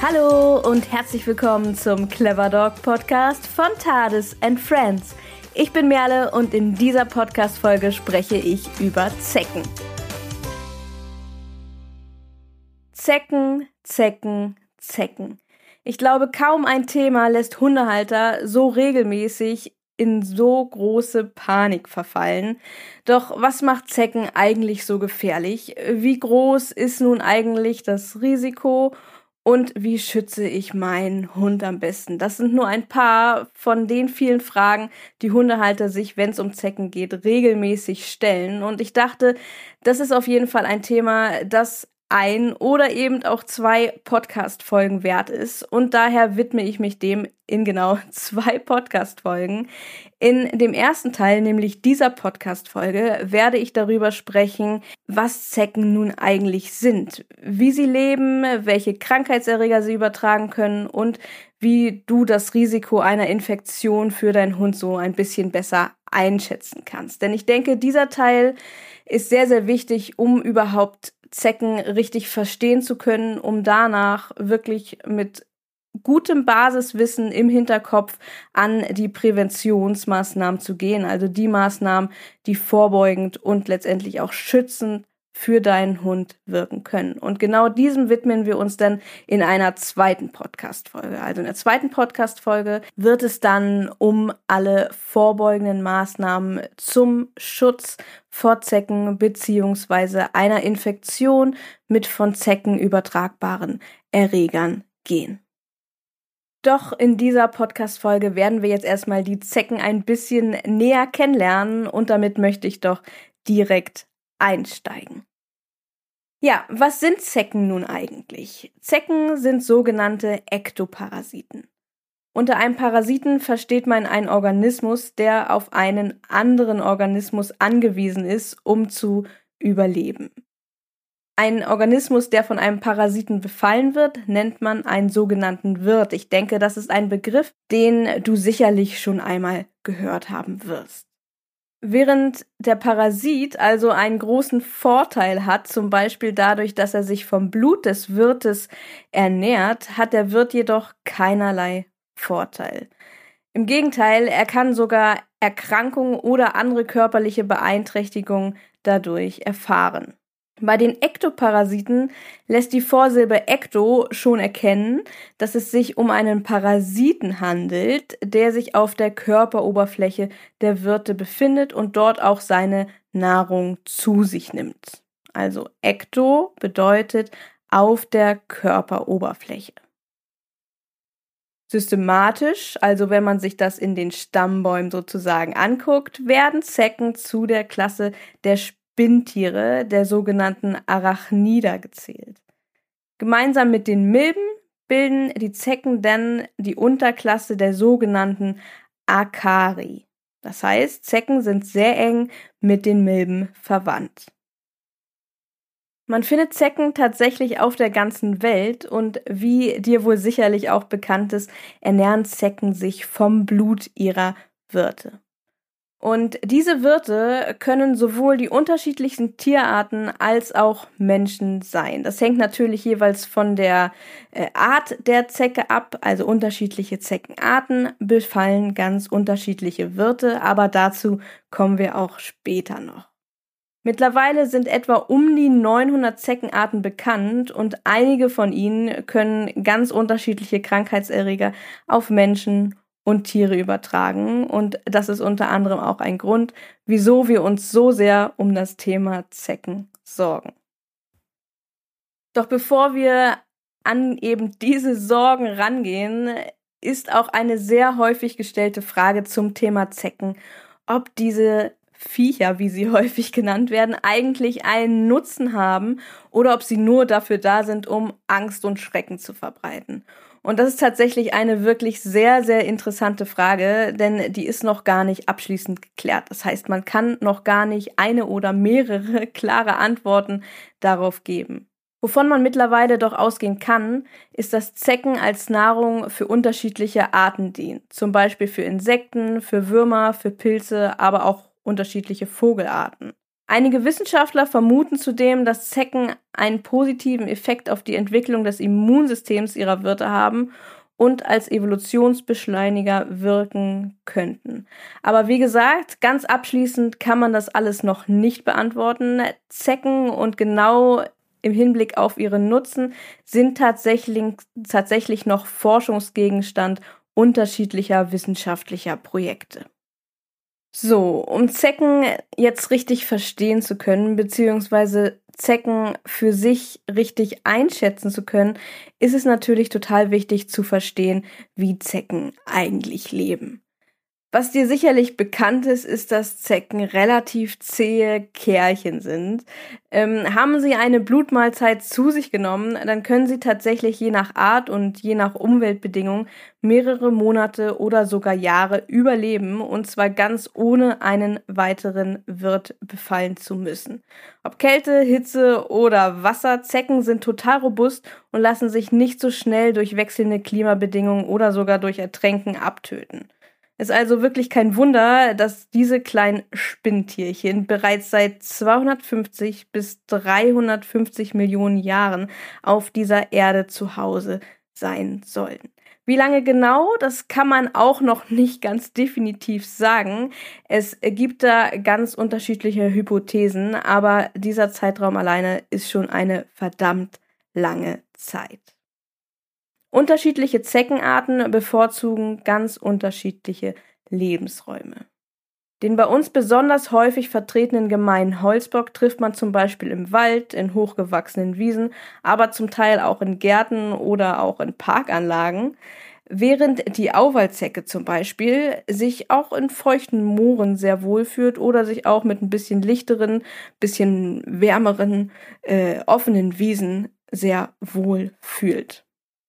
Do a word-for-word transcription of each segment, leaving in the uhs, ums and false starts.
Hallo und herzlich willkommen zum Clever Dog Podcast von TARDIS and Friends. Ich bin Merle und in dieser Podcast-Folge spreche ich über Zecken. Zecken, Zecken, Zecken. Ich glaube, kaum ein Thema lässt Hundehalter so regelmäßig in so große Panik verfallen. Doch was macht Zecken eigentlich so gefährlich? Wie groß ist nun eigentlich das Risiko? Und wie schütze ich meinen Hund am besten? Das sind nur ein paar von den vielen Fragen, die Hundehalter sich, wenn es um Zecken geht, regelmäßig stellen. Und ich dachte, das ist auf jeden Fall ein Thema, das ein oder eben auch zwei Podcast-Folgen wert ist. Und daher widme ich mich dem in genau zwei Podcast-Folgen. In dem ersten Teil, nämlich dieser Podcast-Folge, werde ich darüber sprechen, was Zecken nun eigentlich sind, wie sie leben, welche Krankheitserreger sie übertragen können und wie du das Risiko einer Infektion für deinen Hund so ein bisschen besser einschätzen kannst. Denn ich denke, dieser Teil ist sehr, sehr wichtig, um überhaupt Zecken richtig verstehen zu können, um danach wirklich mit gutem Basiswissen im Hinterkopf an die Präventionsmaßnahmen zu gehen, also die Maßnahmen, die vorbeugend und letztendlich auch schützend für deinen Hund wirken können. Und genau diesem widmen wir uns dann in einer zweiten Podcast-Folge. Also in der zweiten Podcast-Folge wird es dann um alle vorbeugenden Maßnahmen zum Schutz vor Zecken beziehungsweise einer Infektion mit von Zecken übertragbaren Erregern gehen. Doch in dieser Podcast-Folge werden wir jetzt erstmal die Zecken ein bisschen näher kennenlernen und damit möchte ich doch direkt einsteigen. Ja, was sind Zecken nun eigentlich? Zecken sind sogenannte Ektoparasiten. Unter einem Parasiten versteht man einen Organismus, der auf einen anderen Organismus angewiesen ist, um zu überleben. Ein Organismus, der von einem Parasiten befallen wird, nennt man einen sogenannten Wirt. Ich denke, das ist ein Begriff, den du sicherlich schon einmal gehört haben wirst. Während der Parasit also einen großen Vorteil hat, zum Beispiel dadurch, dass er sich vom Blut des Wirtes ernährt, hat der Wirt jedoch keinerlei Vorteil. Im Gegenteil, er kann sogar Erkrankungen oder andere körperliche Beeinträchtigungen dadurch erfahren. Bei den Ektoparasiten lässt die Vorsilbe ekto schon erkennen, dass es sich um einen Parasiten handelt, der sich auf der Körperoberfläche der Wirte befindet und dort auch seine Nahrung zu sich nimmt. Also ekto bedeutet auf der Körperoberfläche. Systematisch, also wenn man sich das in den Stammbäumen sozusagen anguckt, werden Zecken zu der Klasse der Spinntiere, der sogenannten Arachnida, gezählt. Gemeinsam mit den Milben bilden die Zecken dann die Unterklasse der sogenannten Akari. Das heißt, Zecken sind sehr eng mit den Milben verwandt. Man findet Zecken tatsächlich auf der ganzen Welt und wie dir wohl sicherlich auch bekannt ist, ernähren Zecken sich vom Blut ihrer Wirte. Und diese Wirte können sowohl die unterschiedlichsten Tierarten als auch Menschen sein. Das hängt natürlich jeweils von der äh, Art der Zecke ab, also unterschiedliche Zeckenarten befallen ganz unterschiedliche Wirte, aber dazu kommen wir auch später noch. Mittlerweile sind etwa um die neunhundert Zeckenarten bekannt und einige von ihnen können ganz unterschiedliche Krankheitserreger auf Menschen und Tiere übertragen und das ist unter anderem auch ein Grund, wieso wir uns so sehr um das Thema Zecken sorgen. Doch bevor wir an eben diese Sorgen rangehen, ist auch eine sehr häufig gestellte Frage zum Thema Zecken, ob diese Viecher, wie sie häufig genannt werden, eigentlich einen Nutzen haben oder ob sie nur dafür da sind, um Angst und Schrecken zu verbreiten. Und das ist tatsächlich eine wirklich sehr, sehr interessante Frage, denn die ist noch gar nicht abschließend geklärt. Das heißt, man kann noch gar nicht eine oder mehrere klare Antworten darauf geben. Wovon man mittlerweile doch ausgehen kann, ist, dass Zecken als Nahrung für unterschiedliche Arten dienen. Zum Beispiel für Insekten, für Würmer, für Pilze, aber auch unterschiedliche Vogelarten. Einige Wissenschaftler vermuten zudem, dass Zecken einen positiven Effekt auf die Entwicklung des Immunsystems ihrer Wirte haben und als Evolutionsbeschleuniger wirken könnten. Aber wie gesagt, ganz abschließend kann man das alles noch nicht beantworten. Zecken und genau im Hinblick auf ihren Nutzen sind tatsächlich, tatsächlich noch Forschungsgegenstand unterschiedlicher wissenschaftlicher Projekte. So, um Zecken jetzt richtig verstehen zu können, beziehungsweise Zecken für sich richtig einschätzen zu können, ist es natürlich total wichtig zu verstehen, wie Zecken eigentlich leben. Was dir sicherlich bekannt ist, ist, dass Zecken relativ zähe Kerlchen sind. Ähm, haben sie eine Blutmahlzeit zu sich genommen, dann können sie tatsächlich je nach Art und je nach Umweltbedingungen mehrere Monate oder sogar Jahre überleben, und zwar ganz ohne einen weiteren Wirt befallen zu müssen. Ob Kälte, Hitze oder Wasser, Zecken sind total robust und lassen sich nicht so schnell durch wechselnde Klimabedingungen oder sogar durch Ertränken abtöten. Es ist also wirklich kein Wunder, dass diese kleinen Spinntierchen bereits seit zweihundertfünfzig bis dreihundertfünfzig Millionen Jahren auf dieser Erde zu Hause sein sollen. Wie lange genau, das kann man auch noch nicht ganz definitiv sagen. Es gibt da ganz unterschiedliche Hypothesen, aber dieser Zeitraum alleine ist schon eine verdammt lange Zeit. Unterschiedliche Zeckenarten bevorzugen ganz unterschiedliche Lebensräume. Den bei uns besonders häufig vertretenen gemeinen Holzbock trifft man zum Beispiel im Wald, in hochgewachsenen Wiesen, aber zum Teil auch in Gärten oder auch in Parkanlagen, während die Auwaldzecke zum Beispiel sich auch in feuchten Mooren sehr wohl fühlt oder sich auch mit ein bisschen lichteren, bisschen wärmeren, äh, offenen Wiesen sehr wohl fühlt.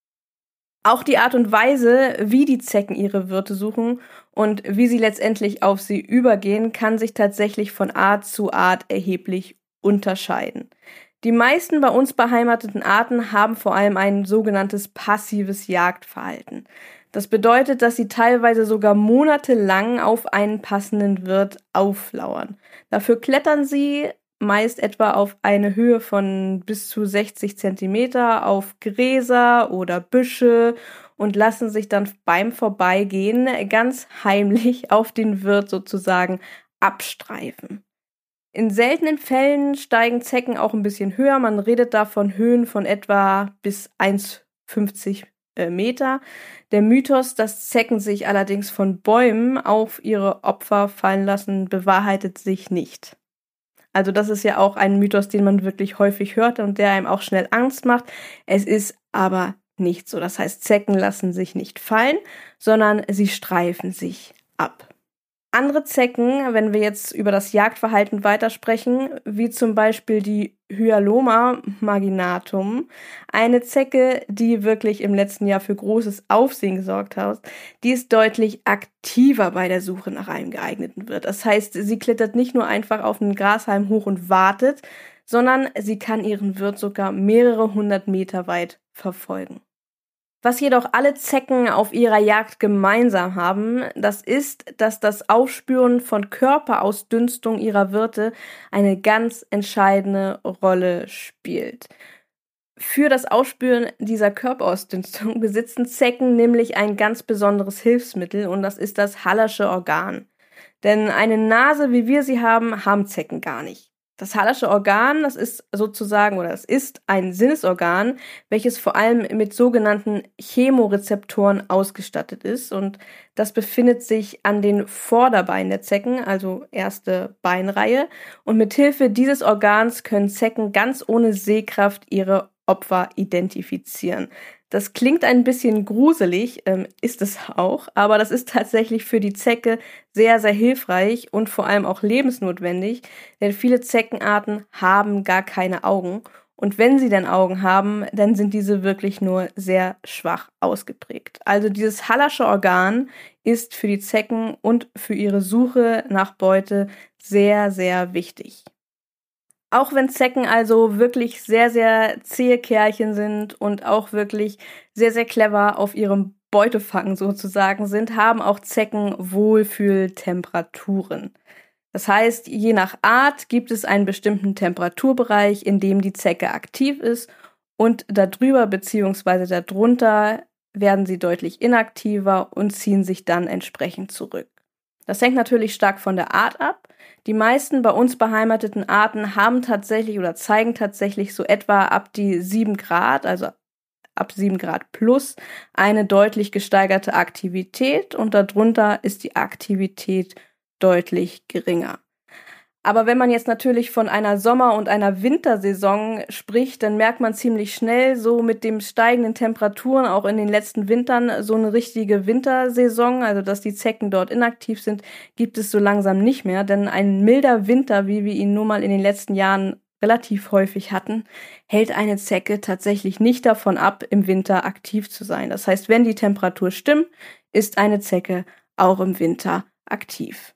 Auch die Art und Weise, wie die Zecken ihre Wirte suchen und wie sie letztendlich auf sie übergehen, kann sich tatsächlich von Art zu Art erheblich unterscheiden. Die meisten bei uns beheimateten Arten haben vor allem ein sogenanntes passives Jagdverhalten. Das bedeutet, dass sie teilweise sogar monatelang auf einen passenden Wirt auflauern. Dafür klettern sie meist etwa auf eine Höhe von bis zu sechzig Zentimeter auf Gräser oder Büsche und lassen sich dann beim Vorbeigehen ganz heimlich auf den Wirt sozusagen abstreifen. In seltenen Fällen steigen Zecken auch ein bisschen höher. Man redet da von Höhen von etwa bis eins Komma fünfzig Meter. Der Mythos, dass Zecken sich allerdings von Bäumen auf ihre Opfer fallen lassen, bewahrheitet sich nicht. Also das ist ja auch ein Mythos, den man wirklich häufig hört und der einem auch schnell Angst macht. Es ist aber nicht so. Das heißt, Zecken lassen sich nicht fallen, sondern sie streifen sich ab. Andere Zecken, wenn wir jetzt über das Jagdverhalten weitersprechen, wie zum Beispiel die Hyaloma marginatum, eine Zecke, die wirklich im letzten Jahr für großes Aufsehen gesorgt hat, die ist deutlich aktiver bei der Suche nach einem geeigneten Wirt. Das heißt, sie klettert nicht nur einfach auf einen Grashalm hoch und wartet, sondern sie kann ihren Wirt sogar mehrere hundert Meter weit verfolgen. Was jedoch alle Zecken auf ihrer Jagd gemeinsam haben, das ist, dass das Aufspüren von Körperausdünstung ihrer Wirte eine ganz entscheidende Rolle spielt. Für das Aufspüren dieser Körperausdünstung besitzen Zecken nämlich ein ganz besonderes Hilfsmittel, und das ist das Hallersche Organ. Denn eine Nase, wie wir sie haben, haben Zecken gar nicht. Das Hallersche Organ, das ist sozusagen, oder es ist ein Sinnesorgan, welches vor allem mit sogenannten Chemorezeptoren ausgestattet ist, und das befindet sich an den Vorderbeinen der Zecken, also erste Beinreihe, und mit Hilfe dieses Organs können Zecken ganz ohne Sehkraft ihre Opfer identifizieren. Das klingt ein bisschen gruselig, ähm, ist es auch, aber das ist tatsächlich für die Zecke sehr, sehr hilfreich und vor allem auch lebensnotwendig, denn viele Zeckenarten haben gar keine Augen, und wenn sie denn Augen haben, dann sind diese wirklich nur sehr schwach ausgeprägt. Also dieses Hallersche Organ ist für die Zecken und für ihre Suche nach Beute sehr, sehr wichtig. Auch wenn Zecken also wirklich sehr, sehr zähe Kerlchen sind und auch wirklich sehr, sehr clever auf ihrem Beutefang sozusagen sind, haben auch Zecken Wohlfühltemperaturen. Das heißt, je nach Art gibt es einen bestimmten Temperaturbereich, in dem die Zecke aktiv ist, und darüber bzw. darunter werden sie deutlich inaktiver und ziehen sich dann entsprechend zurück. Das hängt natürlich stark von der Art ab. Die meisten bei uns beheimateten Arten haben tatsächlich oder zeigen tatsächlich so etwa ab die sieben Grad, also ab sieben Grad plus, eine deutlich gesteigerte Aktivität, und darunter ist die Aktivität deutlich geringer. Aber wenn man jetzt natürlich von einer Sommer- und einer Wintersaison spricht, dann merkt man ziemlich schnell so mit den steigenden Temperaturen auch in den letzten Wintern so eine richtige Wintersaison, also dass die Zecken dort inaktiv sind, gibt es so langsam nicht mehr. Denn ein milder Winter, wie wir ihn nun mal in den letzten Jahren relativ häufig hatten, hält eine Zecke tatsächlich nicht davon ab, im Winter aktiv zu sein. Das heißt, wenn die Temperatur stimmt, ist eine Zecke auch im Winter aktiv.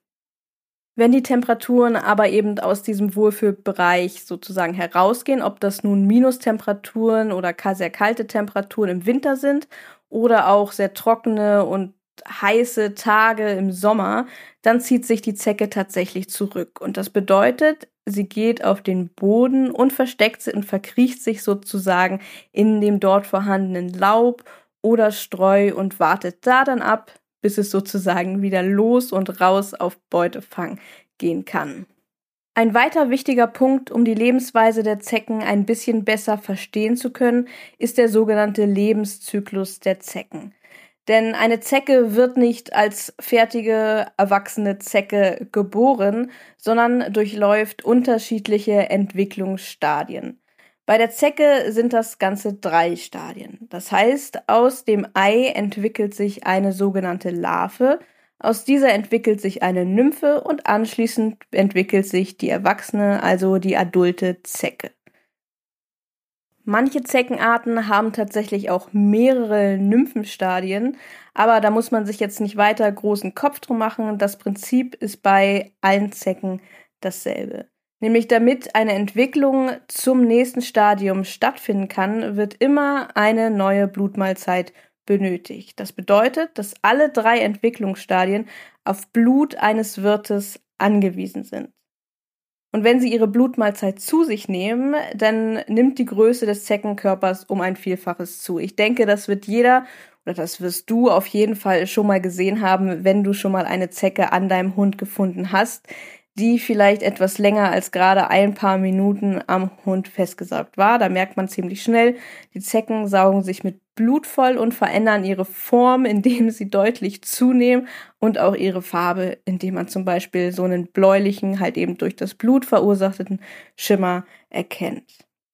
Wenn die Temperaturen aber eben aus diesem Wohlfühlbereich sozusagen herausgehen, ob das nun Minustemperaturen oder sehr kalte Temperaturen im Winter sind oder auch sehr trockene und heiße Tage im Sommer, dann zieht sich die Zecke tatsächlich zurück. Und das bedeutet, sie geht auf den Boden und versteckt sich und verkriecht sich sozusagen in dem dort vorhandenen Laub oder Streu und wartet da dann ab, bis es sozusagen wieder los und raus auf Beutefang gehen kann. Ein weiter wichtiger Punkt, um die Lebensweise der Zecken ein bisschen besser verstehen zu können, ist der sogenannte Lebenszyklus der Zecken. Denn eine Zecke wird nicht als fertige, erwachsene Zecke geboren, sondern durchläuft unterschiedliche Entwicklungsstadien. Bei der Zecke sind das Ganze drei Stadien. Das heißt, aus dem Ei entwickelt sich eine sogenannte Larve, aus dieser entwickelt sich eine Nymphe und anschließend entwickelt sich die erwachsene, also die adulte Zecke. Manche Zeckenarten haben tatsächlich auch mehrere Nymphenstadien, aber da muss man sich jetzt nicht weiter großen Kopf drum machen. Das Prinzip ist bei allen Zecken dasselbe. Nämlich damit eine Entwicklung zum nächsten Stadium stattfinden kann, wird immer eine neue Blutmahlzeit benötigt. Das bedeutet, dass alle drei Entwicklungsstadien auf Blut eines Wirtes angewiesen sind. Und wenn sie ihre Blutmahlzeit zu sich nehmen, dann nimmt die Größe des Zeckenkörpers um ein Vielfaches zu. Ich denke, das wird jeder oder das wirst du auf jeden Fall schon mal gesehen haben, wenn du schon mal eine Zecke an deinem Hund gefunden hast, die vielleicht etwas länger als gerade ein paar Minuten am Hund festgesaugt war. Da merkt man ziemlich schnell, die Zecken saugen sich mit Blut voll und verändern ihre Form, indem sie deutlich zunehmen, und auch ihre Farbe, indem man zum Beispiel so einen bläulichen, halt eben durch das Blut verursachten Schimmer erkennt.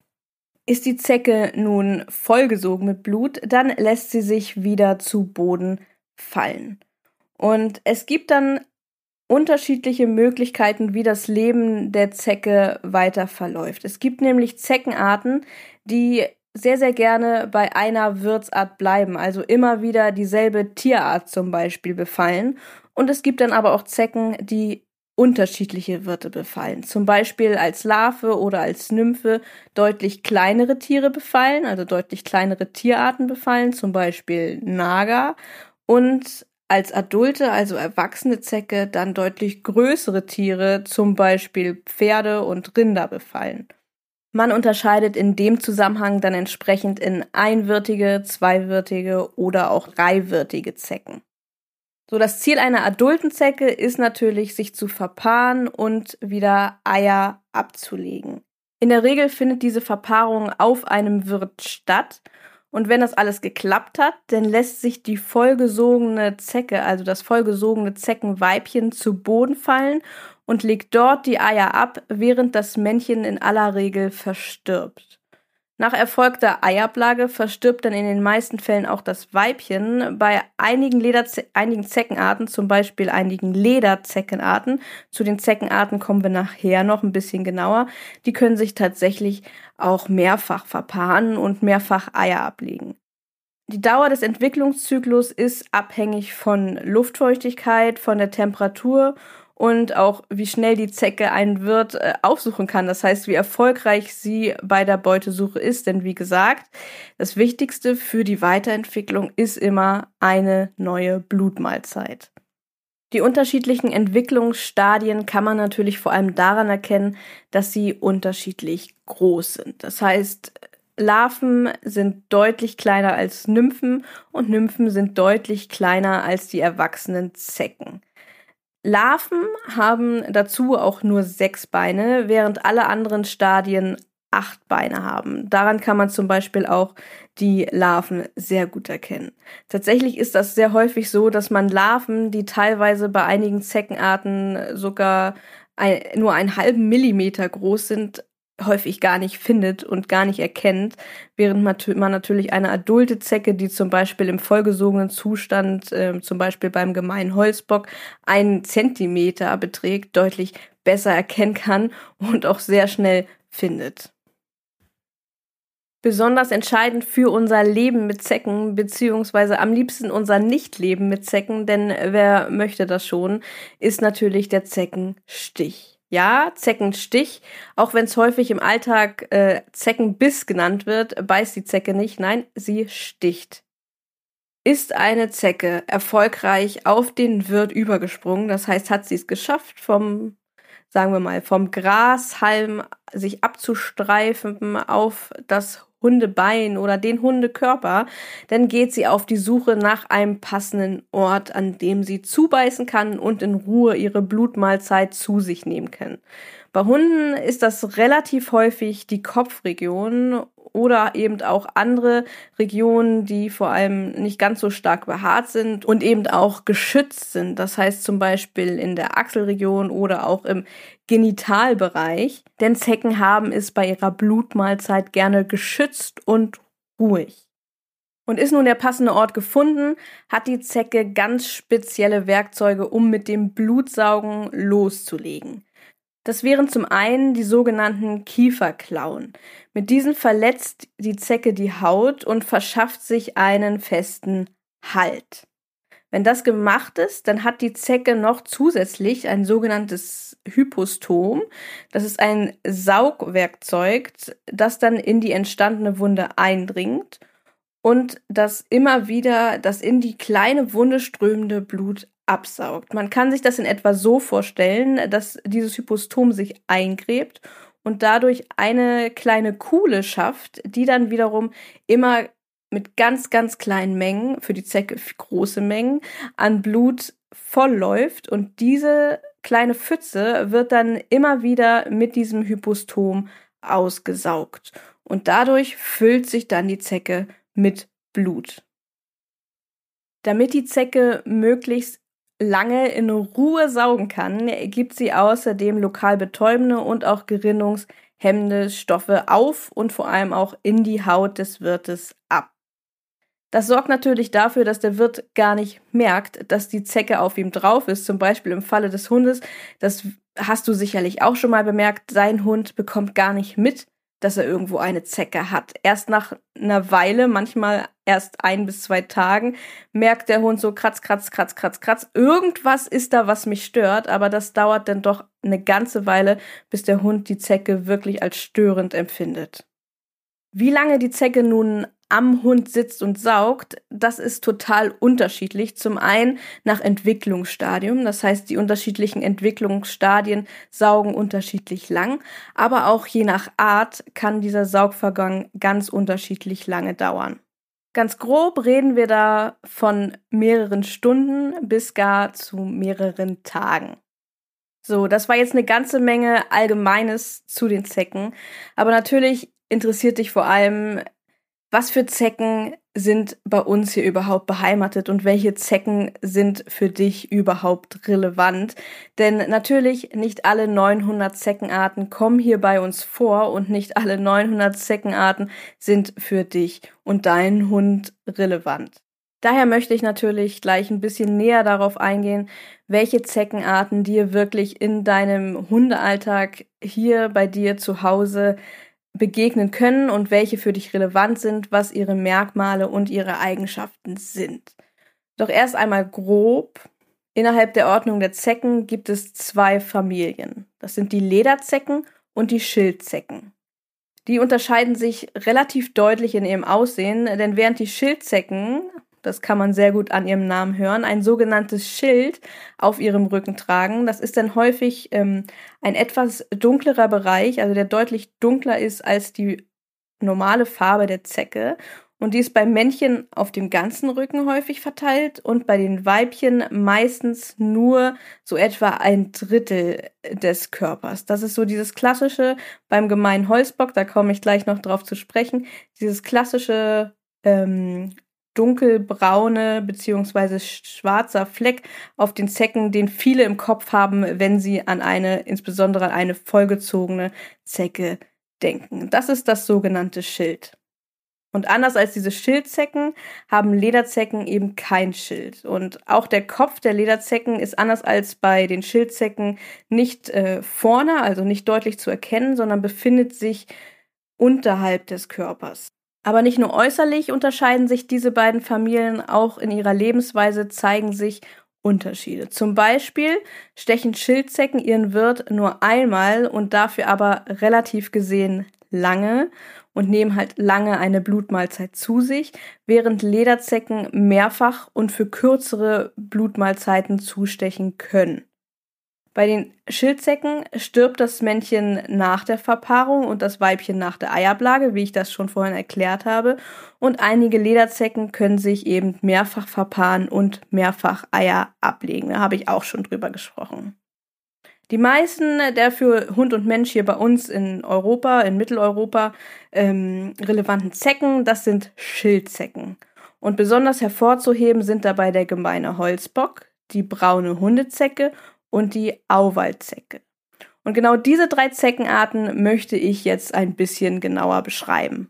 Ist die Zecke nun vollgesogen mit Blut, dann lässt sie sich wieder zu Boden fallen. Und es gibt dann unterschiedliche Möglichkeiten, wie das Leben der Zecke weiter verläuft. Es gibt nämlich Zeckenarten, die sehr, sehr gerne bei einer Wirtsart bleiben, also immer wieder dieselbe Tierart zum Beispiel befallen. Und es gibt dann aber auch Zecken, die unterschiedliche Wirte befallen. Zum Beispiel als Larve oder als Nymphe deutlich kleinere Tiere befallen, also deutlich kleinere Tierarten befallen, zum Beispiel Nager, und als adulte, also erwachsene Zecke dann deutlich größere Tiere, zum Beispiel Pferde und Rinder befallen. Man unterscheidet in dem Zusammenhang dann entsprechend in einwirtige, zweiwirtige oder auch dreiwirtige Zecken. So, das Ziel einer adulten Zecke ist natürlich, sich zu verpaaren und wieder Eier abzulegen. In der Regel findet diese Verpaarung auf einem Wirt statt. Und wenn das alles geklappt hat, dann lässt sich die vollgesogene Zecke, also das vollgesogene Zeckenweibchen, zu Boden fallen und legt dort die Eier ab, während das Männchen in aller Regel verstirbt. Nach erfolgter Eiablage verstirbt dann in den meisten Fällen auch das Weibchen. Bei einigen, Lederze- einigen Zeckenarten, zum Beispiel einigen Lederzeckenarten, zu den Zeckenarten kommen wir nachher noch ein bisschen genauer, die können sich tatsächlich auch mehrfach verpaaren und mehrfach Eier ablegen. Die Dauer des Entwicklungszyklus ist abhängig von Luftfeuchtigkeit, von der Temperatur und auch wie schnell die Zecke einen Wirt äh, aufsuchen kann. Das heißt, wie erfolgreich sie bei der Beutesuche ist. Denn wie gesagt, das Wichtigste für die Weiterentwicklung ist immer eine neue Blutmahlzeit. Die unterschiedlichen Entwicklungsstadien kann man natürlich vor allem daran erkennen, dass sie unterschiedlich groß sind. Das heißt, Larven sind deutlich kleiner als Nymphen und Nymphen sind deutlich kleiner als die erwachsenen Zecken. Larven haben dazu auch nur sechs Beine, während alle anderen Stadien acht Beine haben. Daran kann man zum Beispiel auch die Larven sehr gut erkennen. Tatsächlich ist das sehr häufig so, dass man Larven, die teilweise bei einigen Zeckenarten sogar ein, nur einen halben Millimeter groß sind, häufig gar nicht findet und gar nicht erkennt, während man natürlich eine adulte Zecke, die zum Beispiel im vollgesogenen Zustand, äh, zum Beispiel beim gemeinen Holzbock, einen Zentimeter beträgt, deutlich besser erkennen kann und auch sehr schnell findet. Besonders entscheidend für unser Leben mit Zecken, beziehungsweise am liebsten unser Nichtleben mit Zecken, denn wer möchte das schon, ist natürlich der Zeckenstich. Ja, Zeckenstich, auch wenn es häufig im Alltag äh, Zeckenbiss genannt wird, beißt die Zecke nicht, nein, sie sticht. Ist eine Zecke erfolgreich auf den Wirt übergesprungen, das heißt, hat sie es geschafft, vom, sagen wir mal, vom Grashalm sich abzustreifen auf das Hundebein oder den Hundekörper, dann geht sie auf die Suche nach einem passenden Ort, an dem sie zubeißen kann und in Ruhe ihre Blutmahlzeit zu sich nehmen kann. Bei Hunden ist das relativ häufig die Kopfregion oder eben auch andere Regionen, die vor allem nicht ganz so stark behaart sind und eben auch geschützt sind. Das heißt zum Beispiel in der Achselregion oder auch im Genitalbereich. Denn Zecken haben es bei ihrer Blutmahlzeit gerne geschützt und ruhig. Und ist nun der passende Ort gefunden, hat die Zecke ganz spezielle Werkzeuge, um mit dem Blutsaugen loszulegen. Das wären zum einen die sogenannten Kieferklauen. Mit diesen verletzt die Zecke die Haut und verschafft sich einen festen Halt. Wenn das gemacht ist, dann hat die Zecke noch zusätzlich ein sogenanntes Hypostom. Das ist ein Saugwerkzeug, das dann in die entstandene Wunde eindringt und das immer wieder das in die kleine Wunde strömende Blut absaugt. Man kann sich das in etwa so vorstellen, dass dieses Hypostom sich eingräbt und dadurch eine kleine Kuhle schafft, die dann wiederum immer mit ganz, ganz kleinen Mengen, für die Zecke große Mengen, an Blut vollläuft und diese kleine Pfütze wird dann immer wieder mit diesem Hypostom ausgesaugt und dadurch füllt sich dann die Zecke mit Blut. Damit die Zecke möglichst lange in Ruhe saugen kann, gibt sie außerdem lokal betäubende und auch gerinnungshemmende Stoffe auf und vor allem auch in die Haut des Wirtes ab. Das sorgt natürlich dafür, dass der Wirt gar nicht merkt, dass die Zecke auf ihm drauf ist. Zum Beispiel im Falle des Hundes, das hast du sicherlich auch schon mal bemerkt, sein Hund bekommt gar nicht mit, dass er irgendwo eine Zecke hat. Erst nach einer Weile, manchmal erst ein bis zwei Tagen, merkt der Hund so kratz, kratz, kratz, kratz, kratz. Irgendwas ist da, was mich stört, aber das dauert dann doch eine ganze Weile, bis der Hund die Zecke wirklich als störend empfindet. Wie lange die Zecke nun am Hund sitzt und saugt, das ist total unterschiedlich. Zum einen nach Entwicklungsstadium, das heißt, die unterschiedlichen Entwicklungsstadien saugen unterschiedlich lang, aber auch je nach Art kann dieser Saugvorgang ganz unterschiedlich lange dauern. Ganz grob reden wir da von mehreren Stunden bis gar zu mehreren Tagen. So, das war jetzt eine ganze Menge Allgemeines zu den Zecken, aber natürlich interessiert dich vor allem, was für Zecken sind bei uns hier überhaupt beheimatet und welche Zecken sind für dich überhaupt relevant? Denn natürlich nicht alle neunhundert Zeckenarten kommen hier bei uns vor und nicht alle neunhundert Zeckenarten sind für dich und deinen Hund relevant. Daher möchte ich natürlich gleich ein bisschen näher darauf eingehen, welche Zeckenarten dir wirklich in deinem Hundealltag hier bei dir zu Hause begegnen können und welche für dich relevant sind, was ihre Merkmale und ihre Eigenschaften sind. Doch erst einmal grob. Innerhalb der Ordnung der Zecken gibt es zwei Familien. Das sind die Lederzecken und die Schildzecken. Die unterscheiden sich relativ deutlich in ihrem Aussehen, denn während die Schildzecken, das kann man sehr gut an ihrem Namen hören, ein sogenanntes Schild auf ihrem Rücken tragen. Das ist dann häufig ähm, ein etwas dunklerer Bereich, also der deutlich dunkler ist als die normale Farbe der Zecke. Und die ist bei Männchen auf dem ganzen Rücken häufig verteilt und bei den Weibchen meistens nur so etwa ein Drittel des Körpers. Das ist so dieses klassische beim Gemeinen Holzbock, da komme ich gleich noch drauf zu sprechen, dieses klassische ähm, dunkelbraune bzw. schwarzer Fleck auf den Zecken, den viele im Kopf haben, wenn sie an eine, insbesondere an eine vollgezogene Zecke denken. Das ist das sogenannte Schild. Und anders als diese Schildzecken haben Lederzecken eben kein Schild. Und auch der Kopf der Lederzecken ist anders als bei den Schildzecken nicht äh, vorne, also nicht deutlich zu erkennen, sondern befindet sich unterhalb des Körpers. Aber nicht nur äußerlich unterscheiden sich diese beiden Familien, auch in ihrer Lebensweise zeigen sich Unterschiede. Zum Beispiel stechen Schildzecken ihren Wirt nur einmal und dafür aber relativ gesehen lange und nehmen halt lange eine Blutmahlzeit zu sich, während Lederzecken mehrfach und für kürzere Blutmahlzeiten zustechen können. Bei den Schildzecken stirbt das Männchen nach der Verpaarung und das Weibchen nach der Eiablage, wie ich das schon vorhin erklärt habe. Und einige Lederzecken können sich eben mehrfach verpaaren und mehrfach Eier ablegen. Da habe ich auch schon drüber gesprochen. Die meisten der für Hund und Mensch hier bei uns in Europa, in Mitteleuropa, ähm, relevanten Zecken, das sind Schildzecken. Und besonders hervorzuheben sind dabei der Gemeine Holzbock, die braune Hundezecke und die Auwaldzecke. Und genau diese drei Zeckenarten möchte ich jetzt ein bisschen genauer beschreiben.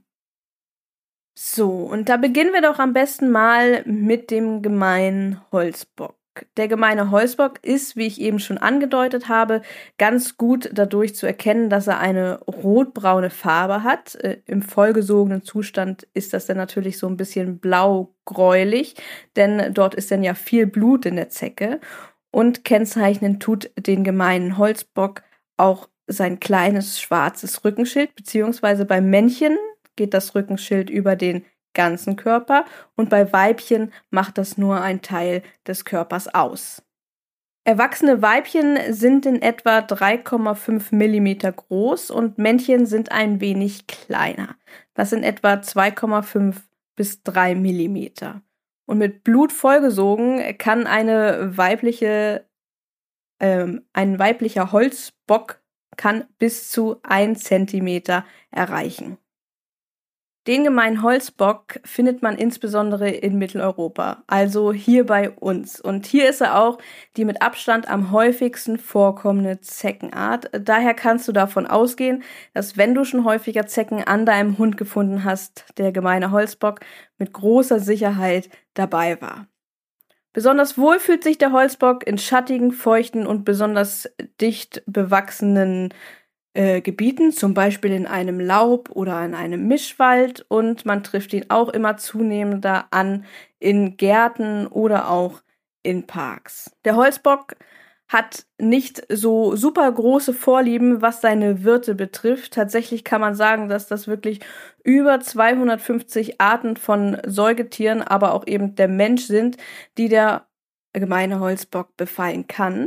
So, und da beginnen wir doch am besten mal mit dem Gemeinen Holzbock. Der Gemeine Holzbock ist, wie ich eben schon angedeutet habe, ganz gut dadurch zu erkennen, dass er eine rotbraune Farbe hat. Äh, Im vollgesogenen Zustand ist das dann natürlich so ein bisschen blau-gräulich, denn dort ist dann ja viel Blut in der Zecke. Und kennzeichnen tut den Gemeinen Holzbock auch sein kleines schwarzes Rückenschild, beziehungsweise beim Männchen geht das Rückenschild über den ganzen Körper und bei Weibchen macht das nur ein Teil des Körpers aus. Erwachsene Weibchen sind in etwa drei Komma fünf Millimeter groß und Männchen sind ein wenig kleiner. Das sind etwa zwei Komma fünf bis drei Millimeter. Und mit Blut vollgesogen kann eine weibliche, ähm, ein weiblicher Holzbock kann bis zu ein Zentimeter erreichen. Den Gemeinen Holzbock findet man insbesondere in Mitteleuropa, also hier bei uns. Und hier ist er auch die mit Abstand am häufigsten vorkommende Zeckenart. Daher kannst du davon ausgehen, dass wenn du schon häufiger Zecken an deinem Hund gefunden hast, der Gemeine Holzbock mit großer Sicherheit dabei war. Besonders wohl fühlt sich der Holzbock in schattigen, feuchten und besonders dicht bewachsenen Äh, Gebieten, zum Beispiel in einem Laub- oder in einem Mischwald, und man trifft ihn auch immer zunehmender an in Gärten oder auch in Parks. Der Holzbock hat nicht so super große Vorlieben, was seine Wirte betrifft. Tatsächlich kann man sagen, dass das wirklich über zweihundertfünfzig Arten von Säugetieren, aber auch eben der Mensch sind, die der Gemeine Holzbock befallen kann.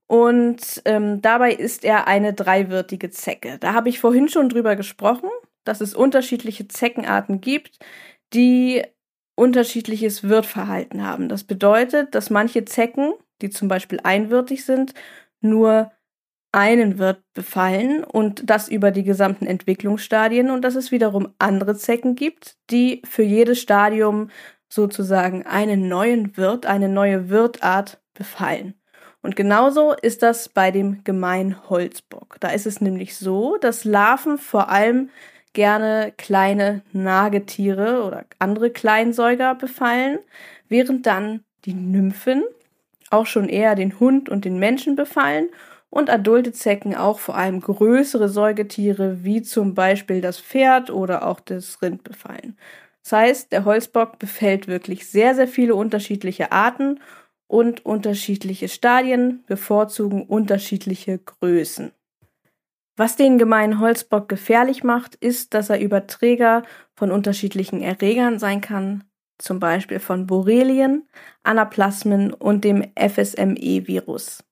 Und ähm, dabei ist er eine dreiwirtige Zecke. Da habe ich vorhin schon drüber gesprochen, dass es unterschiedliche Zeckenarten gibt, die unterschiedliches Wirtverhalten haben. Das bedeutet, dass manche Zecken, die zum Beispiel einwirtig sind, nur einen Wirt befallen und das über die gesamten Entwicklungsstadien, und dass es wiederum andere Zecken gibt, die für jedes Stadium sozusagen einen neuen Wirt, eine neue Wirtart befallen. Und genauso ist das bei dem Gemeinen Holzbock. Da ist es nämlich so, dass Larven vor allem gerne kleine Nagetiere oder andere Kleinsäuger befallen, während dann die Nymphen auch schon eher den Hund und den Menschen befallen und adulte Zecken auch vor allem größere Säugetiere wie zum Beispiel das Pferd oder auch das Rind befallen. Das heißt, der Holzbock befällt wirklich sehr, sehr viele unterschiedliche Arten und unterschiedliche Stadien bevorzugen unterschiedliche Größen. Was den Gemeinen Holzbock gefährlich macht, ist, dass er Überträger von unterschiedlichen Erregern sein kann, zum Beispiel von Borrelien, Anaplasmen und dem F S M E-Virus.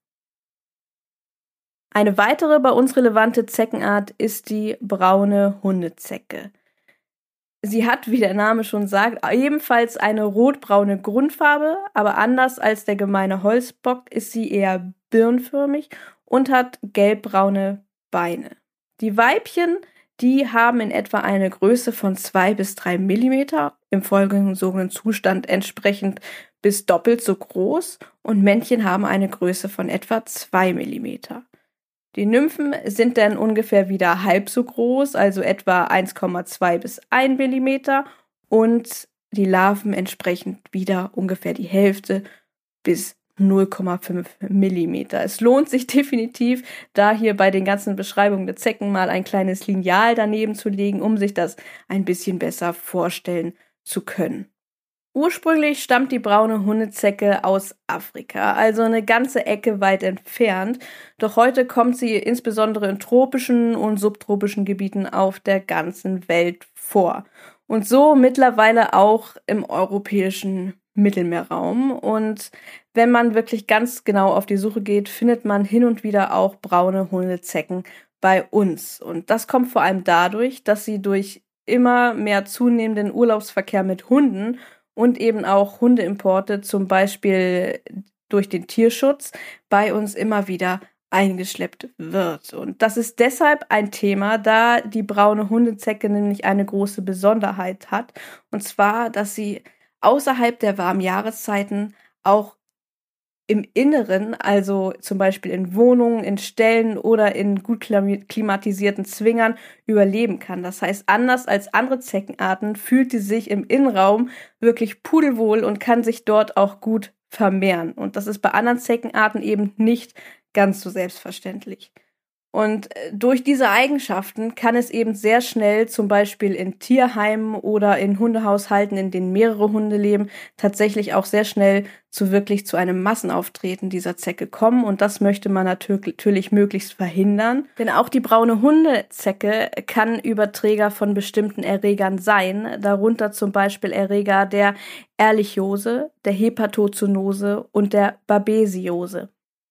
Eine weitere bei uns relevante Zeckenart ist die braune Hundezecke. Sie hat, wie der Name schon sagt, ebenfalls eine rotbraune Grundfarbe, aber anders als der gemeine Holzbock ist sie eher birnförmig und hat gelbbraune Beine. Die Weibchen, die haben in etwa eine Größe von zwei bis drei Millimeter, im folgenden Zustand entsprechend bis doppelt so groß, und Männchen haben eine Größe von etwa zwei Millimeter. Die Nymphen sind dann ungefähr wieder halb so groß, also etwa eins Komma zwei bis ein Millimeter, und die Larven entsprechend wieder ungefähr die Hälfte bis null Komma fünf Millimeter. Es lohnt sich definitiv, da hier bei den ganzen Beschreibungen der Zecken mal ein kleines Lineal daneben zu legen, um sich das ein bisschen besser vorstellen zu können. Ursprünglich stammt die braune Hundezecke aus Afrika, also eine ganze Ecke weit entfernt. Doch heute kommt sie insbesondere in tropischen und subtropischen Gebieten auf der ganzen Welt vor. Und so mittlerweile auch im europäischen Mittelmeerraum. Und wenn man wirklich ganz genau auf die Suche geht, findet man hin und wieder auch braune Hundezecken bei uns. Und das kommt vor allem dadurch, dass sie durch immer mehr zunehmenden Urlaubsverkehr mit Hunden und eben auch Hundeimporte, zum Beispiel durch den Tierschutz, bei uns immer wieder eingeschleppt wird. Und das ist deshalb ein Thema, da die braune Hundezecke nämlich eine große Besonderheit hat. Und zwar, dass sie außerhalb der warmen Jahreszeiten auch im Inneren, also zum Beispiel in Wohnungen, in Ställen oder in gut klimatisierten Zwingern, überleben kann. Das heißt, anders als andere Zeckenarten fühlt sie sich im Innenraum wirklich pudelwohl und kann sich dort auch gut vermehren. Und das ist bei anderen Zeckenarten eben nicht ganz so selbstverständlich. Und durch diese Eigenschaften kann es eben sehr schnell, zum Beispiel in Tierheimen oder in Hundehaushalten, in denen mehrere Hunde leben, tatsächlich auch sehr schnell zu wirklich zu einem Massenauftreten dieser Zecke kommen. Und das möchte man natürlich möglichst verhindern. Denn auch die braune Hundezecke kann Überträger von bestimmten Erregern sein, darunter zum Beispiel Erreger der Ehrlichiose, der Hepatozoonose und der Babesiose.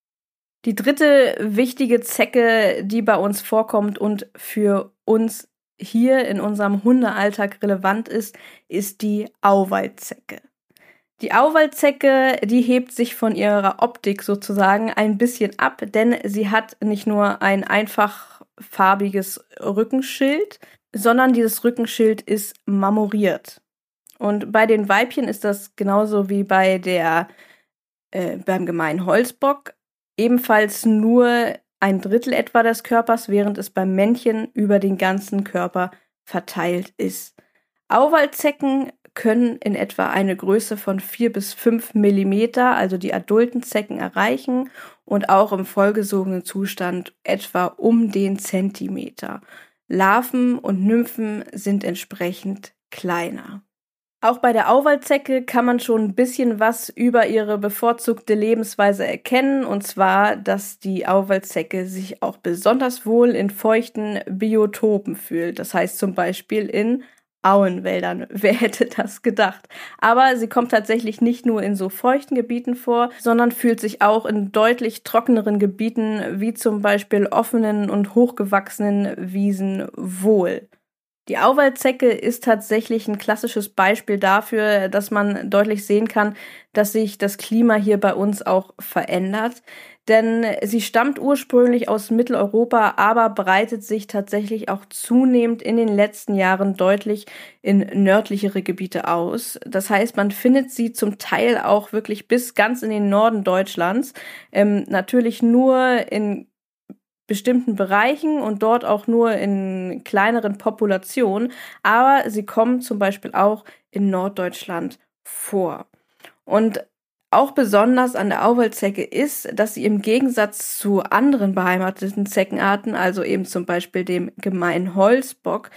Die dritte wichtige Zecke, die bei uns vorkommt und für uns hier in unserem Hundealltag relevant ist, ist die Auwaldzecke. Die Auwaldzecke, die hebt sich von ihrer Optik sozusagen ein bisschen ab, denn sie hat nicht nur ein einfach farbiges Rückenschild, sondern dieses Rückenschild ist marmoriert. Und bei den Weibchen ist das genauso wie bei der äh, beim gemeinen Holzbock ebenfalls nur ein Drittel etwa des Körpers, während es beim Männchen über den ganzen Körper verteilt ist. Auwaldzecken können in etwa eine Größe von vier bis fünf Millimeter, also die adulten Zecken, erreichen und auch im vollgesogenen Zustand etwa um den Zentimeter. Larven und Nymphen sind entsprechend kleiner. Auch bei der Auwaldzecke kann man schon ein bisschen was über ihre bevorzugte Lebensweise erkennen, und zwar, dass die Auwaldzecke sich auch besonders wohl in feuchten Biotopen fühlt. Das heißt zum Beispiel in Auenwäldern. Wer hätte das gedacht? Aber sie kommt tatsächlich nicht nur in so feuchten Gebieten vor, sondern fühlt sich auch in deutlich trockeneren Gebieten, wie zum Beispiel offenen und hochgewachsenen Wiesen, wohl. Die Auwaldzecke ist tatsächlich ein klassisches Beispiel dafür, dass man deutlich sehen kann, dass sich das Klima hier bei uns auch verändert. Denn sie stammt ursprünglich aus Mitteleuropa, aber breitet sich tatsächlich auch zunehmend in den letzten Jahren deutlich in nördlichere Gebiete aus. Das heißt, man findet sie zum Teil auch wirklich bis ganz in den Norden Deutschlands. Ähm, natürlich nur in bestimmten Bereichen und dort auch nur in kleineren Populationen, aber sie kommen zum Beispiel auch in Norddeutschland vor. Und auch besonders an der Auwaldzecke ist, dass sie im Gegensatz zu anderen beheimateten Zeckenarten, also eben zum Beispiel dem gemeinen Holzbock,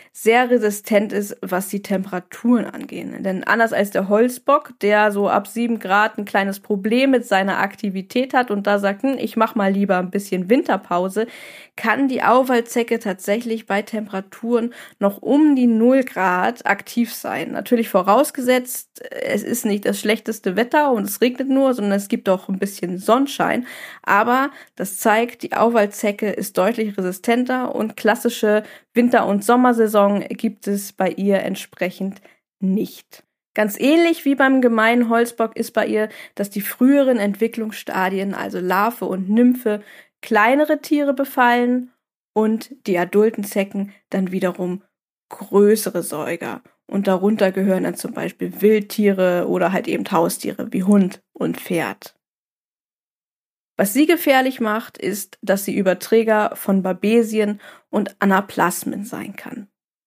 sehr resistent ist, was die Temperaturen angehen. Denn anders als der Holzbock, der so ab sieben Grad ein kleines Problem mit seiner Aktivität hat und da sagt, hm, ich mach mal lieber ein bisschen Winterpause, kann die Auwaldzecke tatsächlich bei Temperaturen noch um die null Grad aktiv sein. Natürlich vorausgesetzt, es ist nicht das schlechteste Wetter und es regnet nur, sondern es gibt auch ein bisschen Sonnenschein. Aber das zeigt, die Auwaldzecke ist deutlich resistenter und klassische Winter- und Sommersaison gibt es bei ihr entsprechend nicht. Ganz ähnlich wie beim gemeinen Holzbock ist bei ihr, dass die früheren Entwicklungsstadien, also Larve und Nymphe, kleinere Tiere befallen und die adulten Zecken dann wiederum größere Säuger. Und darunter gehören dann zum Beispiel Wildtiere oder halt eben Haustiere wie Hund und Pferd. Was sie gefährlich macht, ist, dass sie Überträger von Babesien und Anaplasmen sein kann.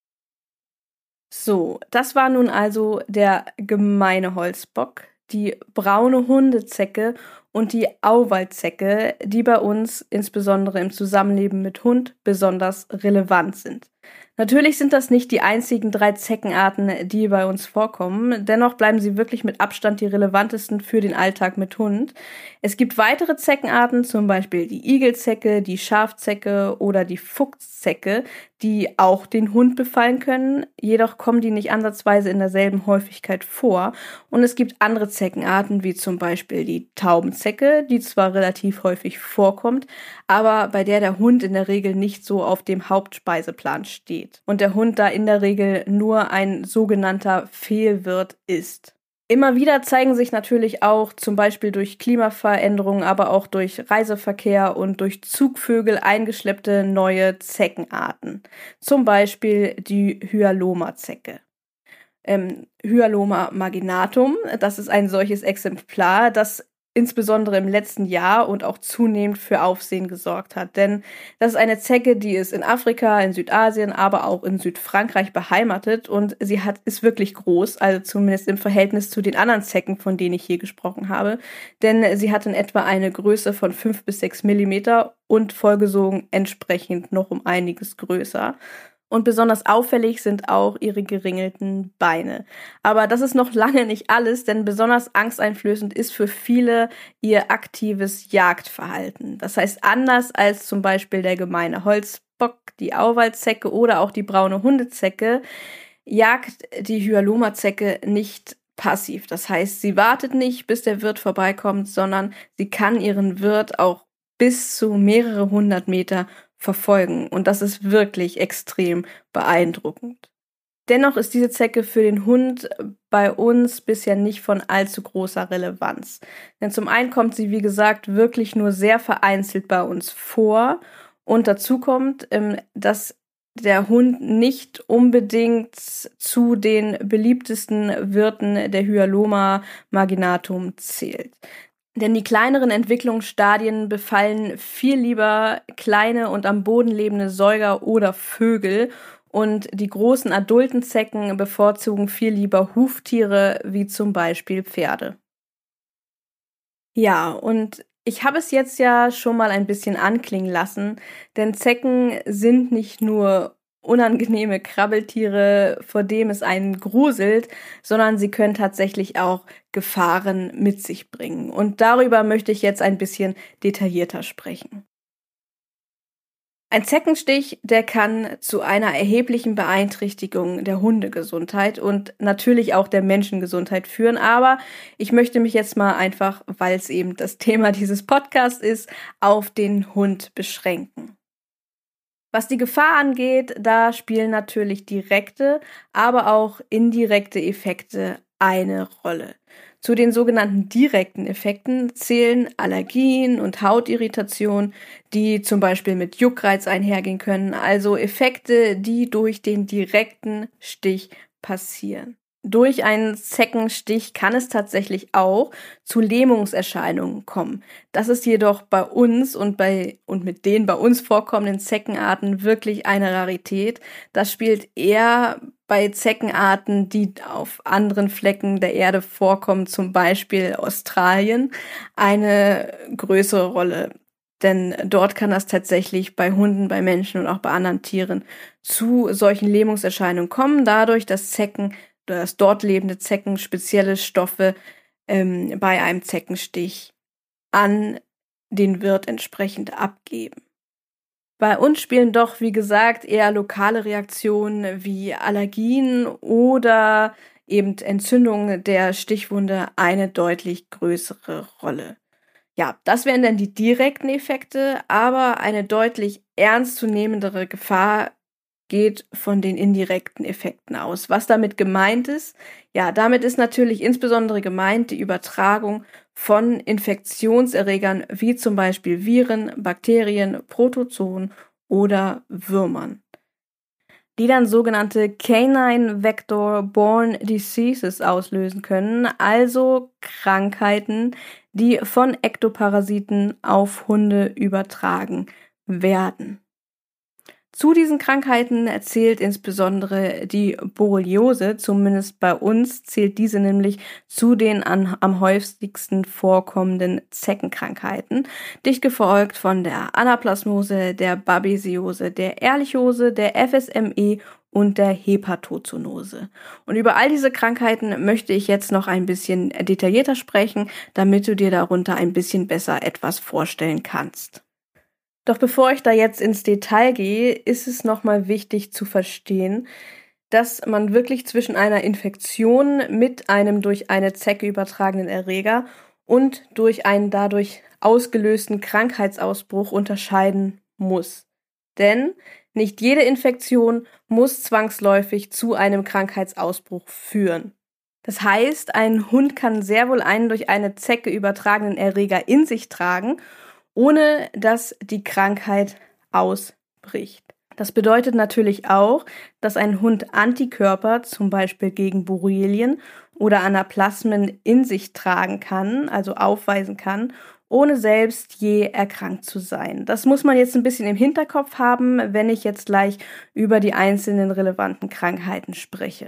So, das war nun also der gemeine Holzbock, die braune Hundezecke und die Auwaldzecke, die bei uns insbesondere im Zusammenleben mit Hund besonders relevant sind. Natürlich sind das nicht die einzigen drei Zeckenarten, die bei uns vorkommen. Dennoch bleiben sie wirklich mit Abstand die relevantesten für den Alltag mit Hund. Es gibt weitere Zeckenarten, zum Beispiel die Igelzecke, die Schafzecke oder die Fuchszecke, die auch den Hund befallen können. Jedoch kommen die nicht ansatzweise in derselben Häufigkeit vor. Und es gibt andere Zeckenarten, wie zum Beispiel die Taubenzecke, die zwar relativ häufig vorkommt, aber bei der der Hund in der Regel nicht so auf dem Hauptspeiseplan steht. Und der Hund da in der Regel nur ein sogenannter Fehlwirt ist. Immer wieder zeigen sich natürlich auch zum Beispiel durch Klimaveränderungen, aber auch durch Reiseverkehr und durch Zugvögel eingeschleppte neue Zeckenarten. Zum Beispiel die Hyaloma-Zecke. Ähm, Hyaloma marginatum, das ist ein solches Exemplar, das insbesondere im letzten Jahr und auch zunehmend für Aufsehen gesorgt hat. Denn das ist eine Zecke, die ist in Afrika, in Südasien, aber auch in Südfrankreich beheimatet und sie hat ist wirklich groß, also zumindest im Verhältnis zu den anderen Zecken, von denen ich hier gesprochen habe. Denn sie hat in etwa eine Größe von fünf bis sechs Millimeter und vollgesogen entsprechend noch um einiges größer. Und besonders auffällig sind auch ihre geringelten Beine. Aber das ist noch lange nicht alles, denn besonders angsteinflößend ist für viele ihr aktives Jagdverhalten. Das heißt, anders als zum Beispiel der gemeine Holzbock, die Auwaldzecke oder auch die braune Hundezecke, jagt die Hyaloma-Zecke nicht passiv. Das heißt, sie wartet nicht, bis der Wirt vorbeikommt, sondern sie kann ihren Wirt auch bis zu mehrere hundert Meter verfolgen. Und das ist wirklich extrem beeindruckend. Dennoch ist diese Zecke für den Hund bei uns bisher nicht von allzu großer Relevanz. Denn zum einen kommt sie, wie gesagt, wirklich nur sehr vereinzelt bei uns vor. Und dazu kommt, dass der Hund nicht unbedingt zu den beliebtesten Wirten der Hyaloma marginatum zählt. Denn die kleineren Entwicklungsstadien befallen viel lieber kleine und am Boden lebende Säuger oder Vögel und die großen adulten Zecken bevorzugen viel lieber Huftiere wie zum Beispiel Pferde. Ja, und ich habe es jetzt ja schon mal ein bisschen anklingen lassen, denn Zecken sind nicht nur unangenehme Krabbeltiere, vor dem es einen gruselt, sondern sie können tatsächlich auch Gefahren mit sich bringen. Und darüber möchte ich jetzt ein bisschen detaillierter sprechen. Ein Zeckenstich, der kann zu einer erheblichen Beeinträchtigung der Hundegesundheit und natürlich auch der Menschengesundheit führen. Aber ich möchte mich jetzt mal einfach, weil es eben das Thema dieses Podcasts ist, auf den Hund beschränken. Was die Gefahr angeht, da spielen natürlich direkte, aber auch indirekte Effekte eine Rolle. Zu den sogenannten direkten Effekten zählen Allergien und Hautirritation, die zum Beispiel mit Juckreiz einhergehen können, also Effekte, die durch den direkten Stich passieren. Durch einen Zeckenstich kann es tatsächlich auch zu Lähmungserscheinungen kommen. Das ist jedoch bei uns und bei und mit den bei uns vorkommenden Zeckenarten wirklich eine Rarität. Das spielt eher bei Zeckenarten, die auf anderen Flecken der Erde vorkommen, zum Beispiel Australien, eine größere Rolle. Denn dort kann das tatsächlich bei Hunden, bei Menschen und auch bei anderen Tieren zu solchen Lähmungserscheinungen kommen, dadurch, dass Zecken oder dass dort lebende Zecken spezielle Stoffe ähm, bei einem Zeckenstich an den Wirt entsprechend abgeben. Bei uns spielen doch, wie gesagt, eher lokale Reaktionen wie Allergien oder eben Entzündungen der Stichwunde eine deutlich größere Rolle. Ja, das wären dann die direkten Effekte, aber eine deutlich ernstzunehmendere Gefahr geht von den indirekten Effekten aus. Was damit gemeint ist? Ja, damit ist natürlich insbesondere gemeint die Übertragung von Infektionserregern wie zum Beispiel Viren, Bakterien, Protozoen oder Würmern, die dann sogenannte Canine Vector-Borne Diseases auslösen können, also Krankheiten, die von Ektoparasiten auf Hunde übertragen werden. Zu diesen Krankheiten zählt insbesondere die Borreliose, zumindest bei uns zählt diese nämlich zu den an, am häufigsten vorkommenden Zeckenkrankheiten, dicht gefolgt von der Anaplasmose, der Babesiose, der Ehrlichiose, der F S M E und der Hepatozoonose. Und über all diese Krankheiten möchte ich jetzt noch ein bisschen detaillierter sprechen, damit du dir darunter ein bisschen besser etwas vorstellen kannst. Doch bevor ich da jetzt ins Detail gehe, ist es nochmal wichtig zu verstehen, dass man wirklich zwischen einer Infektion mit einem durch eine Zecke übertragenen Erreger und durch einen dadurch ausgelösten Krankheitsausbruch unterscheiden muss. Denn nicht jede Infektion muss zwangsläufig zu einem Krankheitsausbruch führen. Das heißt, ein Hund kann sehr wohl einen durch eine Zecke übertragenen Erreger in sich tragen, ohne dass die Krankheit ausbricht. Das bedeutet natürlich auch, dass ein Hund Antikörper, zum Beispiel gegen Borrelien oder Anaplasmen, in sich tragen kann, also aufweisen kann, ohne selbst je erkrankt zu sein. Das muss man jetzt ein bisschen im Hinterkopf haben, wenn ich jetzt gleich über die einzelnen relevanten Krankheiten spreche.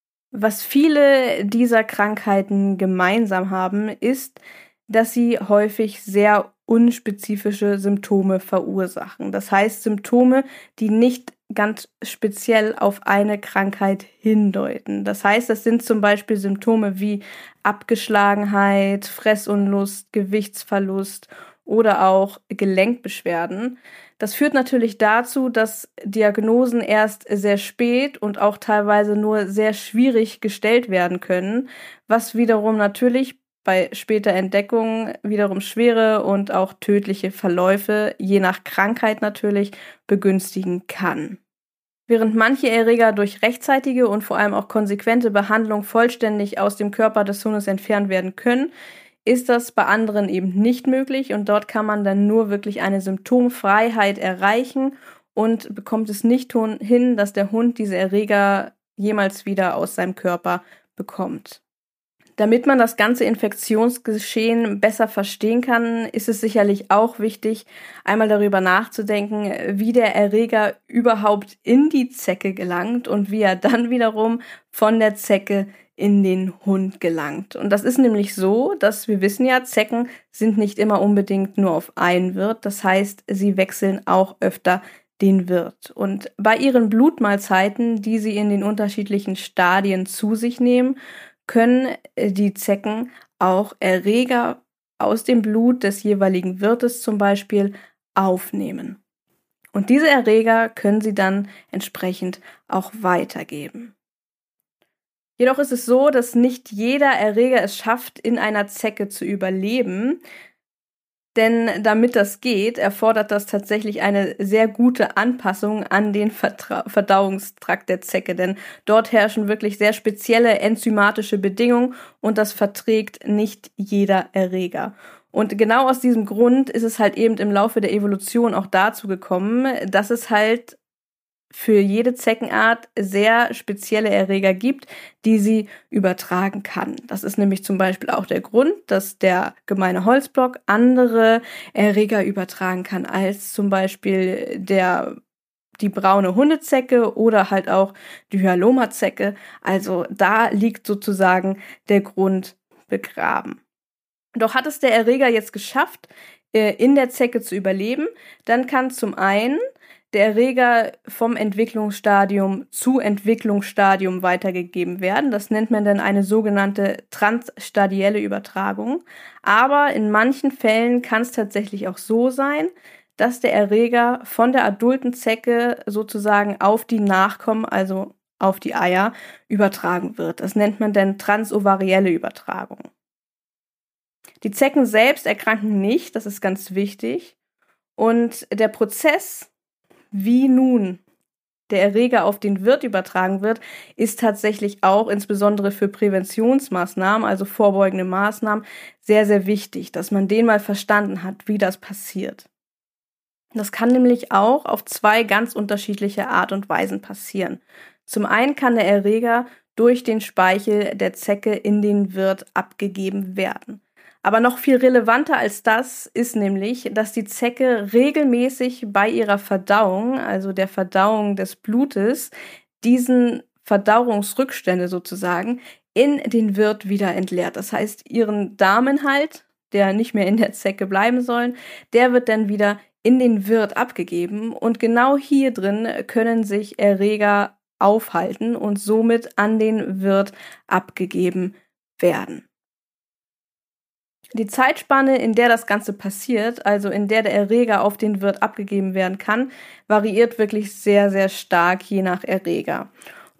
Was viele dieser Krankheiten gemeinsam haben, ist, dass sie häufig sehr unspezifische Symptome verursachen. Das heißt Symptome, die nicht ganz speziell auf eine Krankheit hindeuten. Das heißt, das sind zum Beispiel Symptome wie Abgeschlagenheit, Fressunlust, Gewichtsverlust oder auch Gelenkbeschwerden. Das führt natürlich dazu, dass Diagnosen erst sehr spät und auch teilweise nur sehr schwierig gestellt werden können, was wiederum natürlich bei später Entdeckung wiederum schwere und auch tödliche Verläufe, je nach Krankheit natürlich, begünstigen kann. Während manche Erreger durch rechtzeitige und vor allem auch konsequente Behandlung vollständig aus dem Körper des Hundes entfernt werden können, ist das bei anderen eben nicht möglich und dort kann man dann nur wirklich eine Symptomfreiheit erreichen und bekommt es nicht hin, dass der Hund diese Erreger jemals wieder aus seinem Körper bekommt. Damit man das ganze Infektionsgeschehen besser verstehen kann, ist es sicherlich auch wichtig, einmal darüber nachzudenken, wie der Erreger überhaupt in die Zecke gelangt und wie er dann wiederum von der Zecke in den Hund gelangt. Und das ist nämlich so, dass wir wissen ja, Zecken sind nicht immer unbedingt nur auf einen Wirt. Das heißt, sie wechseln auch öfter den Wirt. Und bei ihren Blutmahlzeiten, die sie in den unterschiedlichen Stadien zu sich nehmen, können die Zecken auch Erreger aus dem Blut des jeweiligen Wirtes zum Beispiel aufnehmen. Und diese Erreger können sie dann entsprechend auch weitergeben. Jedoch ist es so, dass nicht jeder Erreger es schafft, in einer Zecke zu überleben. Denn damit das geht, erfordert das tatsächlich eine sehr gute Anpassung an den Vertra- Verdauungstrakt der Zecke. Denn dort herrschen wirklich sehr spezielle enzymatische Bedingungen und das verträgt nicht jeder Erreger. Und genau aus diesem Grund ist es halt eben im Laufe der Evolution auch dazu gekommen, dass es halt für jede Zeckenart sehr spezielle Erreger gibt, die sie übertragen kann. Das ist nämlich zum Beispiel auch der Grund, dass der gemeine Holzbock andere Erreger übertragen kann als zum Beispiel der die braune Hundezecke oder halt auch die Hyaloma-Zecke. Also da liegt sozusagen der Grund begraben. Doch hat es der Erreger jetzt geschafft, äh, in der Zecke zu überleben, dann kann zum einen der Erreger vom Entwicklungsstadium zu Entwicklungsstadium weitergegeben werden. Das nennt man dann eine sogenannte transstadielle Übertragung. Aber in manchen Fällen kann es tatsächlich auch so sein, dass der Erreger von der adulten Zecke sozusagen auf die Nachkommen, also auf die Eier, übertragen wird. Das nennt man dann transovarielle Übertragung. Die Zecken selbst erkranken nicht, das ist ganz wichtig. Und der Prozess, wie nun der Erreger auf den Wirt übertragen wird, ist tatsächlich auch insbesondere für Präventionsmaßnahmen, also vorbeugende Maßnahmen, sehr, sehr wichtig, dass man den mal verstanden hat, wie das passiert. Das kann nämlich auch auf zwei ganz unterschiedliche Art und Weisen passieren. Zum einen kann der Erreger durch den Speichel der Zecke in den Wirt abgegeben werden. Aber noch viel relevanter als das ist nämlich, dass die Zecke regelmäßig bei ihrer Verdauung, also der Verdauung des Blutes, diesen Verdauungsrückstände sozusagen in den Wirt wieder entleert. Das heißt, ihren Darminhalt, der nicht mehr in der Zecke bleiben soll, der wird dann wieder in den Wirt abgegeben. Und genau hier drin können sich Erreger aufhalten und somit an den Wirt abgegeben werden. Die Zeitspanne, in der das Ganze passiert, also in der der Erreger auf den Wirt abgegeben werden kann, variiert wirklich sehr, sehr stark je nach Erreger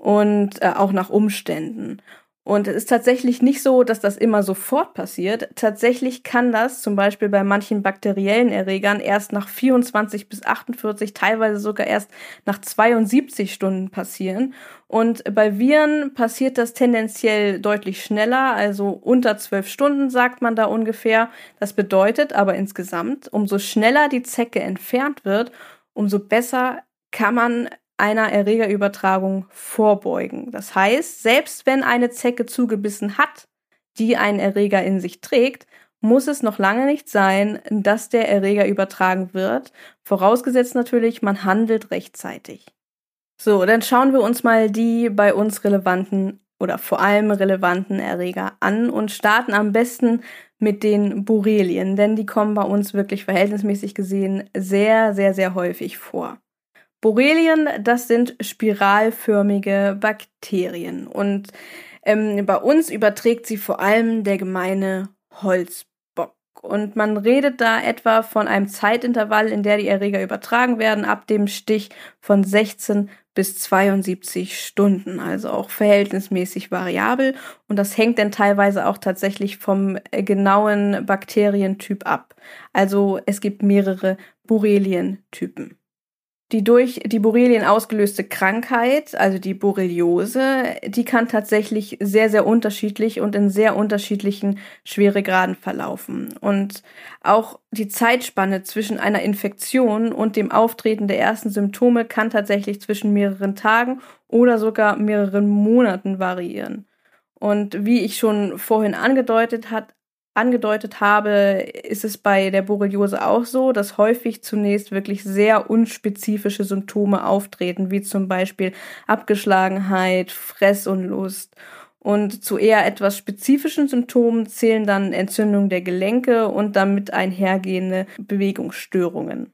und äh, auch nach Umständen. Und es ist tatsächlich nicht so, dass das immer sofort passiert. Tatsächlich kann das zum Beispiel bei manchen bakteriellen Erregern erst nach vierundzwanzig bis achtundvierzig, teilweise sogar erst nach zweiundsiebzig Stunden passieren. Und bei Viren passiert das tendenziell deutlich schneller, also unter zwölf Stunden sagt man da ungefähr. Das bedeutet aber insgesamt, umso schneller die Zecke entfernt wird, umso besser kann man einer Erregerübertragung vorbeugen. Das heißt, selbst wenn eine Zecke zugebissen hat, die einen Erreger in sich trägt, muss es noch lange nicht sein, dass der Erreger übertragen wird. Vorausgesetzt natürlich, man handelt rechtzeitig. So, dann schauen wir uns mal die bei uns relevanten oder vor allem relevanten Erreger an und starten am besten mit den Borrelien, denn die kommen bei uns wirklich verhältnismäßig gesehen sehr, sehr, sehr häufig vor. Borrelien, das sind spiralförmige Bakterien und ähm, bei uns überträgt sie vor allem der gemeine Holzbock. Und man redet da etwa von einem Zeitintervall, in der die Erreger übertragen werden, ab dem Stich von sechzehn bis zweiundsiebzig Stunden, also auch verhältnismäßig variabel. Und das hängt dann teilweise auch tatsächlich vom genauen Bakterientyp ab. Also es gibt mehrere Borrelientypen. Die durch die Borrelien ausgelöste Krankheit, also die Borreliose, die kann tatsächlich sehr, sehr unterschiedlich und in sehr unterschiedlichen Schweregraden verlaufen. Und auch die Zeitspanne zwischen einer Infektion und dem Auftreten der ersten Symptome kann tatsächlich zwischen mehreren Tagen oder sogar mehreren Monaten variieren. Und wie ich schon vorhin angedeutet hat, angedeutet habe, ist es bei der Borreliose auch so, dass häufig zunächst wirklich sehr unspezifische Symptome auftreten, wie zum Beispiel Abgeschlagenheit, Fressunlust. Und zu eher etwas spezifischen Symptomen zählen dann Entzündung der Gelenke und damit einhergehende Bewegungsstörungen.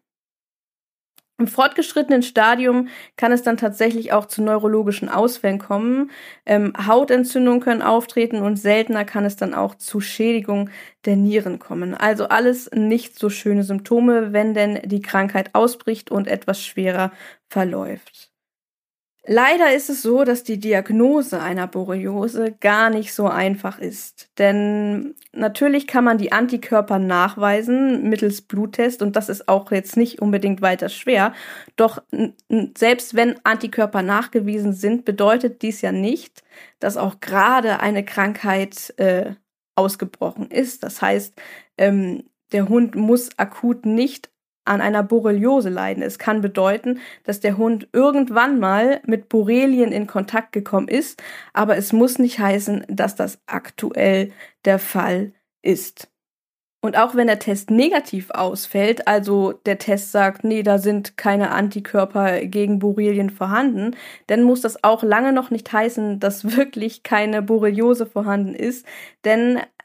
Im fortgeschrittenen Stadium kann es dann tatsächlich auch zu neurologischen Ausfällen kommen. Ähm, Hautentzündungen können auftreten und seltener kann es dann auch zu Schädigung der Nieren kommen. Also alles nicht so schöne Symptome, wenn denn die Krankheit ausbricht und etwas schwerer verläuft. Leider ist es so, dass die Diagnose einer Borreliose gar nicht so einfach ist. Denn natürlich kann man die Antikörper nachweisen mittels Bluttest und das ist auch jetzt nicht unbedingt weiter schwer. Doch selbst wenn Antikörper nachgewiesen sind, bedeutet dies ja nicht, dass auch gerade eine Krankheit äh, ausgebrochen ist. Das heißt, ähm, der Hund muss akut nicht an einer Borreliose leiden. Es kann bedeuten, dass der Hund irgendwann mal mit Borrelien in Kontakt gekommen ist, aber es muss nicht heißen, dass das aktuell der Fall ist. Und auch wenn der Test negativ ausfällt, also der Test sagt, nee, da sind keine Antikörper gegen Borrelien vorhanden, dann muss das auch lange noch nicht heißen, dass wirklich keine Borreliose vorhanden ist, denn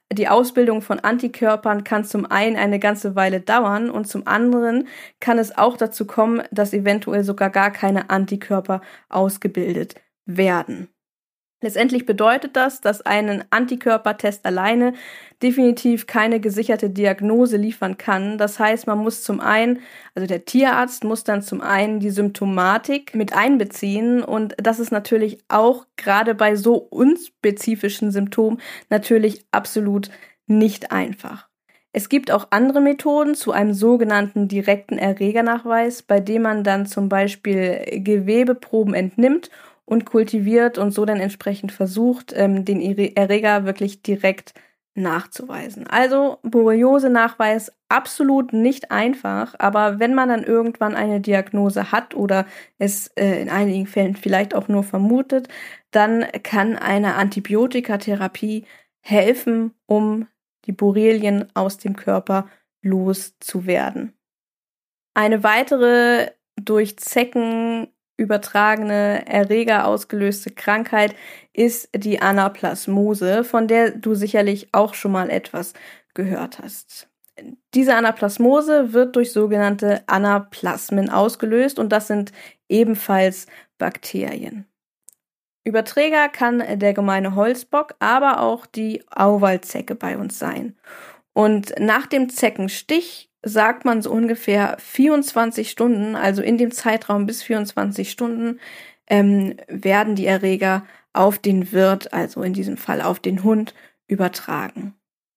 die Ausbildung von Antikörpern kann zum einen eine ganze Weile dauern und zum anderen kann es auch dazu kommen, dass eventuell sogar gar keine Antikörper ausgebildet werden. Letztendlich bedeutet das, dass ein Antikörpertest alleine definitiv keine gesicherte Diagnose liefern kann. Das heißt, man muss zum einen, also der Tierarzt muss dann zum einen die Symptomatik mit einbeziehen und das ist natürlich auch gerade bei so unspezifischen Symptomen natürlich absolut nicht einfach. Es gibt auch andere Methoden zu einem sogenannten direkten Erregernachweis, bei dem man dann zum Beispiel Gewebeproben entnimmt und kultiviert und so dann entsprechend versucht, ähm, den Erreger wirklich direkt nachzuweisen. Also Borreliose-Nachweis absolut nicht einfach, aber wenn man dann irgendwann eine Diagnose hat oder es äh, in einigen Fällen vielleicht auch nur vermutet, dann kann eine Antibiotikatherapie helfen, um die Borrelien aus dem Körper loszuwerden. Eine weitere durch Zecken übertragene, Erreger ausgelöste Krankheit ist die Anaplasmose, von der du sicherlich auch schon mal etwas gehört hast. Diese Anaplasmose wird durch sogenannte Anaplasmen ausgelöst und das sind ebenfalls Bakterien. Überträger kann der gemeine Holzbock, aber auch die Auwaldzecke bei uns sein. Und nach dem Zeckenstich sagt man so ungefähr vierundzwanzig Stunden, also in dem Zeitraum bis vierundzwanzig Stunden, ähm, werden die Erreger auf den Wirt, also in diesem Fall auf den Hund, übertragen.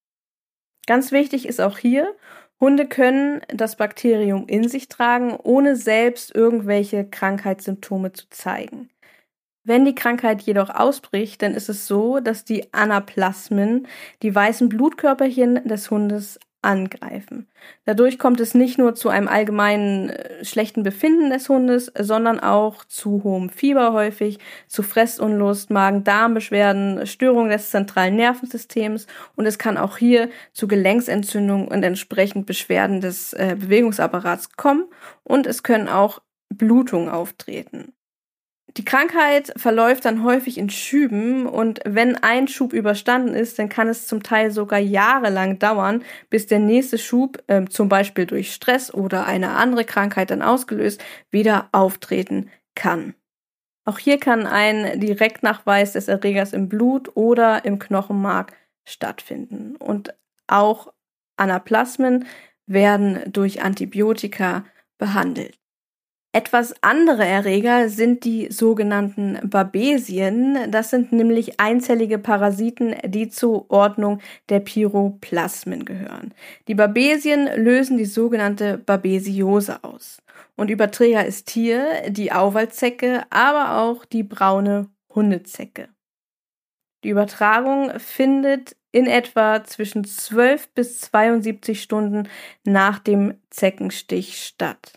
Ganz wichtig ist auch hier, Hunde können das Bakterium in sich tragen, ohne selbst irgendwelche Krankheitssymptome zu zeigen. Wenn die Krankheit jedoch ausbricht, dann ist es so, dass die Anaplasmen die weißen Blutkörperchen des Hundes angreifen. Dadurch kommt es nicht nur zu einem allgemeinen äh, schlechten Befinden des Hundes, sondern auch zu hohem Fieber häufig, zu Fressunlust, Magen-Darm-Beschwerden, Störung des zentralen Nervensystems und es kann auch hier zu Gelenksentzündungen und entsprechend Beschwerden des äh, Bewegungsapparats kommen und es können auch Blutungen auftreten. Die Krankheit verläuft dann häufig in Schüben und wenn ein Schub überstanden ist, dann kann es zum Teil sogar jahrelang dauern, bis der nächste Schub, äh, zum Beispiel durch Stress oder eine andere Krankheit dann ausgelöst, wieder auftreten kann. Auch hier kann ein Direktnachweis des Erregers im Blut oder im Knochenmark stattfinden. Und auch Anaplasmen werden durch Antibiotika behandelt. Etwas andere Erreger sind die sogenannten Babesien. Das sind nämlich einzellige Parasiten, die zur Ordnung der Pyroplasmen gehören. Die Babesien lösen die sogenannte Babesiose aus. Und Überträger ist hier die Auwaldzecke, aber auch die braune Hundezecke. Die Übertragung findet in etwa zwischen zwölf bis zweiundsiebzig Stunden nach dem Zeckenstich statt.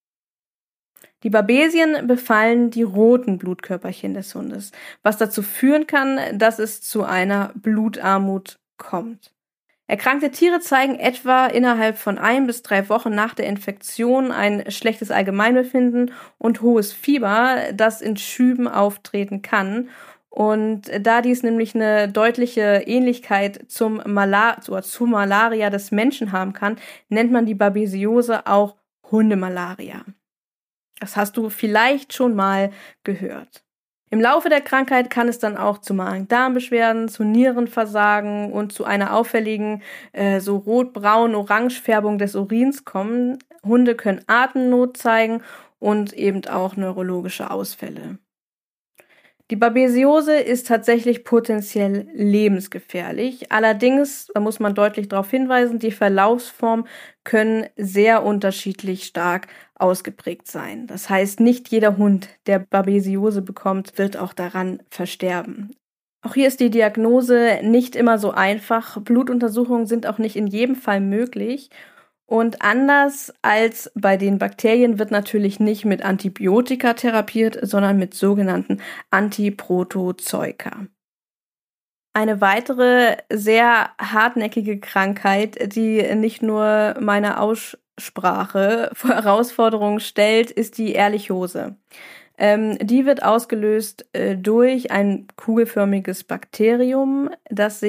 Die Babesien befallen die roten Blutkörperchen des Hundes, was dazu führen kann, dass es zu einer Blutarmut kommt. Erkrankte Tiere zeigen etwa innerhalb von ein bis drei Wochen nach der Infektion ein schlechtes Allgemeinbefinden und hohes Fieber, das in Schüben auftreten kann. Und da dies nämlich eine deutliche Ähnlichkeit zum Malar- oder zu Malaria des Menschen haben kann, nennt man die Babesiose auch Hundemalaria. Das hast du vielleicht schon mal gehört. Im Laufe der Krankheit kann es dann auch zu Magen-Darm-Beschwerden, zu Nierenversagen und zu einer auffälligen äh, so rot-braun-orange-Färbung des Urins kommen. Hunde können Atemnot zeigen und eben auch neurologische Ausfälle. Die Babesiose ist tatsächlich potenziell lebensgefährlich. Allerdings, da muss man deutlich darauf hinweisen, die Verlaufsformen können sehr unterschiedlich stark ausgeprägt sein. Das heißt, nicht jeder Hund, der Babesiose bekommt, wird auch daran versterben. Auch hier ist die Diagnose nicht immer so einfach. Blutuntersuchungen sind auch nicht in jedem Fall möglich. Und anders als bei den Bakterien wird natürlich nicht mit Antibiotika therapiert, sondern mit sogenannten Antiprotozoika. Eine weitere sehr hartnäckige Krankheit, die nicht nur meine Aussprache vor Herausforderungen stellt, ist die Ehrlichiose. Ähm, die wird ausgelöst äh, durch ein kugelförmiges Bakterium, das sich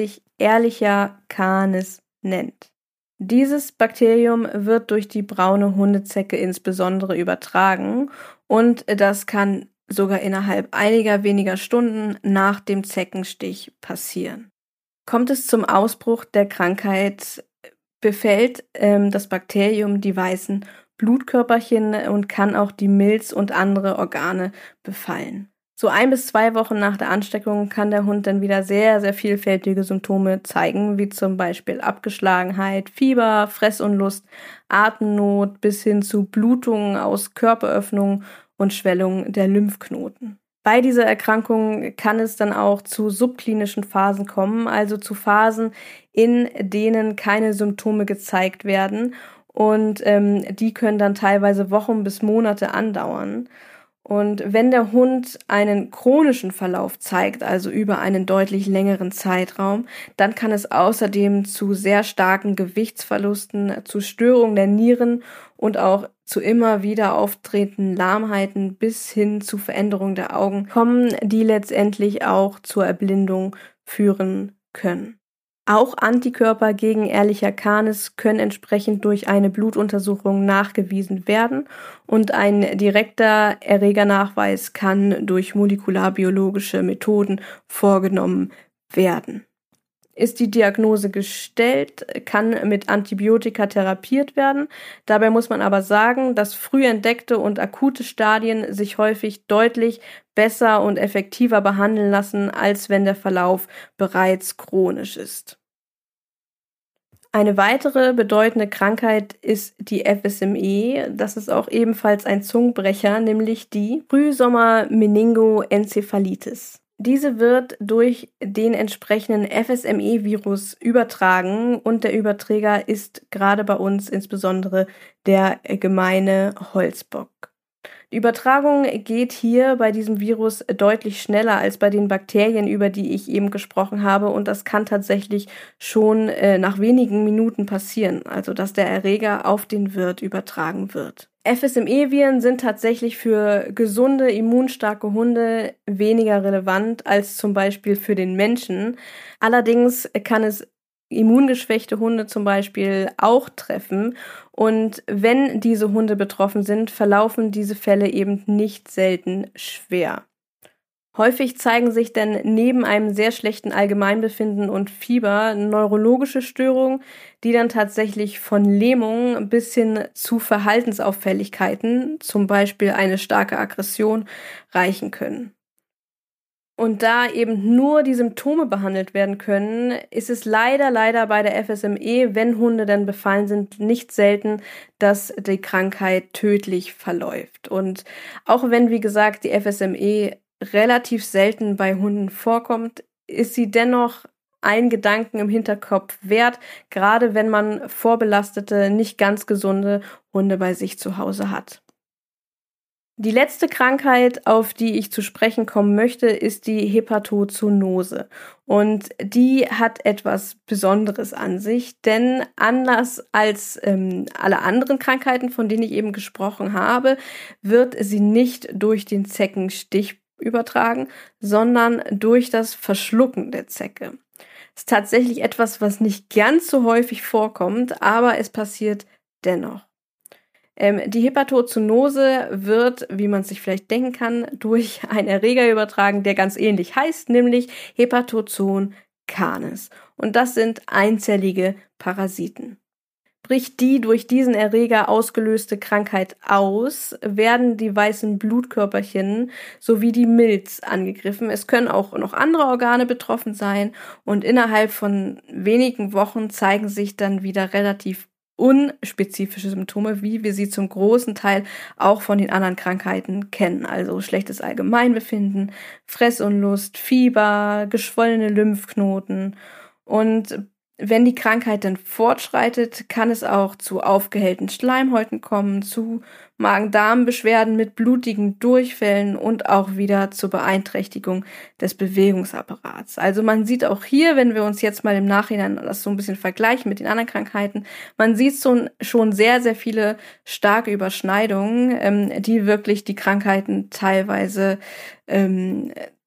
Ehrlicher canis nennt. Dieses Bakterium wird durch die braune Hundezecke insbesondere übertragen und das kann sogar innerhalb einiger weniger Stunden nach dem Zeckenstich passieren. Kommt es zum Ausbruch der Krankheit, befällt ähm, das Bakterium die weißen Blutkörperchen und kann auch die Milz und andere Organe befallen. So ein bis zwei Wochen nach der Ansteckung kann der Hund dann wieder sehr, sehr vielfältige Symptome zeigen, wie zum Beispiel Abgeschlagenheit, Fieber, Fressunlust, Atemnot bis hin zu Blutungen aus Körperöffnungen und Schwellung der Lymphknoten. Bei dieser Erkrankung kann es dann auch zu subklinischen Phasen kommen, also zu Phasen, in denen keine Symptome gezeigt werden und ähm, die können dann teilweise Wochen bis Monate andauern. Und wenn der Hund einen chronischen Verlauf zeigt, also über einen deutlich längeren Zeitraum, dann kann es außerdem zu sehr starken Gewichtsverlusten, zu Störungen der Nieren und auch zu immer wieder auftretenden Lahmheiten bis hin zu Veränderungen der Augen kommen, die letztendlich auch zur Erblindung führen können. Auch Antikörper gegen Ehrlicher canis können entsprechend durch eine Blutuntersuchung nachgewiesen werden und ein direkter Erregernachweis kann durch molekularbiologische Methoden vorgenommen werden. Ist die Diagnose gestellt, kann mit Antibiotika therapiert werden. Dabei muss man aber sagen, dass früh entdeckte und akute Stadien sich häufig deutlich besser und effektiver behandeln lassen, als wenn der Verlauf bereits chronisch ist. Eine weitere bedeutende Krankheit ist die F S M E. Das ist auch ebenfalls ein Zungenbrecher, nämlich die Frühsommer-Meningoenzephalitis. Diese wird durch den entsprechenden F S M E-Virus übertragen und der Überträger ist gerade bei uns insbesondere der gemeine Holzbock. Die Übertragung geht hier bei diesem Virus deutlich schneller als bei den Bakterien, über die ich eben gesprochen habe, und das kann tatsächlich schon äh, nach wenigen Minuten passieren, also dass der Erreger auf den Wirt übertragen wird. F S M E-Viren sind tatsächlich für gesunde, immunstarke Hunde weniger relevant als zum Beispiel für den Menschen. Allerdings kann es immungeschwächte Hunde zum Beispiel auch treffen. Und wenn diese Hunde betroffen sind, verlaufen diese Fälle eben nicht selten schwer. Häufig zeigen sich dann neben einem sehr schlechten Allgemeinbefinden und Fieber neurologische Störungen, die dann tatsächlich von Lähmung bis hin zu Verhaltensauffälligkeiten, zum Beispiel eine starke Aggression, reichen können. Und da eben nur die Symptome behandelt werden können, ist es leider, leider bei der F S M E, wenn Hunde dann befallen sind, nicht selten, dass die Krankheit tödlich verläuft. Und auch wenn, wie gesagt, die F S M E relativ selten bei Hunden vorkommt, ist sie dennoch ein Gedanken im Hinterkopf wert, gerade wenn man vorbelastete, nicht ganz gesunde Hunde bei sich zu Hause hat. Die letzte Krankheit, auf die ich zu sprechen kommen möchte, ist die Hepatozoonose. Und die hat etwas Besonderes an sich, denn anders als ähm, alle anderen Krankheiten, von denen ich eben gesprochen habe, wird sie nicht durch den Zeckenstich übertragen, sondern durch das Verschlucken der Zecke. Das ist tatsächlich etwas, was nicht ganz so häufig vorkommt, aber es passiert dennoch. Ähm, die Hepatozoonose wird, wie man sich vielleicht denken kann, durch einen Erreger übertragen, der ganz ähnlich heißt, nämlich Hepatozoon canis. Und das sind einzellige Parasiten. Bricht die durch diesen Erreger ausgelöste Krankheit aus, werden die weißen Blutkörperchen sowie die Milz angegriffen. Es können auch noch andere Organe betroffen sein und innerhalb von wenigen Wochen zeigen sich dann wieder relativ unspezifische Symptome, wie wir sie zum großen Teil auch von den anderen Krankheiten kennen. Also schlechtes Allgemeinbefinden, Fressunlust, Fieber, geschwollene Lymphknoten. Und wenn die Krankheit dann fortschreitet, kann es auch zu aufgehellten Schleimhäuten kommen, zu Magen-Darm-Beschwerden mit blutigen Durchfällen und auch wieder zur Beeinträchtigung des Bewegungsapparats. Also man sieht auch hier, wenn wir uns jetzt mal im Nachhinein das so ein bisschen vergleichen mit den anderen Krankheiten, man sieht so schon sehr, sehr viele starke Überschneidungen, ähm, die wirklich die Krankheiten teilweise ähm,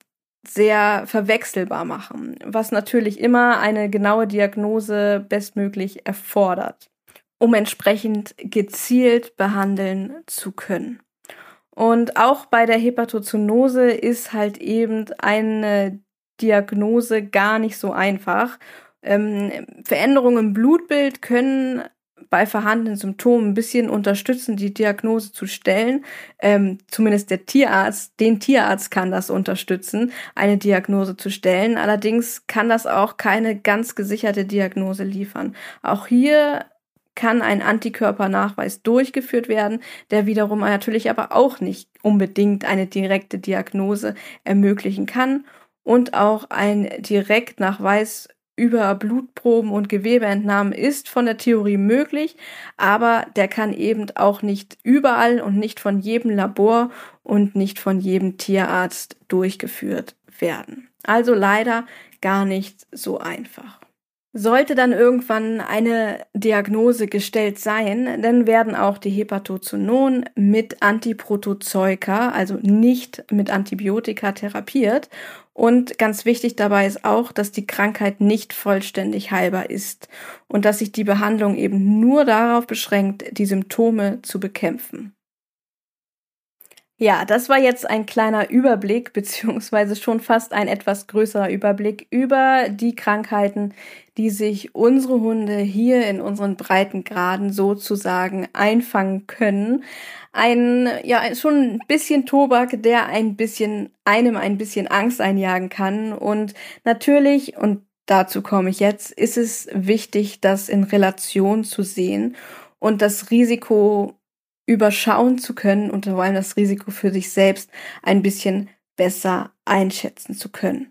sehr verwechselbar machen, was natürlich immer eine genaue Diagnose bestmöglich erfordert, um entsprechend gezielt behandeln zu können. Und auch bei der Hepatozonose ist halt eben eine Diagnose gar nicht so einfach. Ähm, Veränderungen im Blutbild können bei vorhandenen Symptomen ein bisschen unterstützen, die Diagnose zu stellen. Ähm, zumindest der Tierarzt, den Tierarzt kann das unterstützen, eine Diagnose zu stellen. Allerdings kann das auch keine ganz gesicherte Diagnose liefern. Auch hier kann ein Antikörpernachweis durchgeführt werden, der wiederum natürlich aber auch nicht unbedingt eine direkte Diagnose ermöglichen kann. Und auch ein Direktnachweis über Blutproben und Gewebeentnahmen ist von der Theorie möglich, aber der kann eben auch nicht überall und nicht von jedem Labor und nicht von jedem Tierarzt durchgeführt werden. Also leider gar nicht so einfach. Sollte dann irgendwann eine Diagnose gestellt sein, dann werden auch die Hepatozononen mit Antiprotozoika, also nicht mit Antibiotika, therapiert. Und ganz wichtig dabei ist auch, dass die Krankheit nicht vollständig heilbar ist und dass sich die Behandlung eben nur darauf beschränkt, die Symptome zu bekämpfen. Ja, das war jetzt ein kleiner Überblick, beziehungsweise schon fast ein etwas größerer Überblick über die Krankheiten, die sich unsere Hunde hier in unseren Breitengraden sozusagen einfangen können. Ein, ja, schon ein bisschen Tobak, der ein bisschen, einem ein bisschen Angst einjagen kann. Und natürlich, und dazu komme ich jetzt, ist es wichtig, das in Relation zu sehen und das Risiko überschauen zu können und vor allem das Risiko für sich selbst ein bisschen besser einschätzen zu können.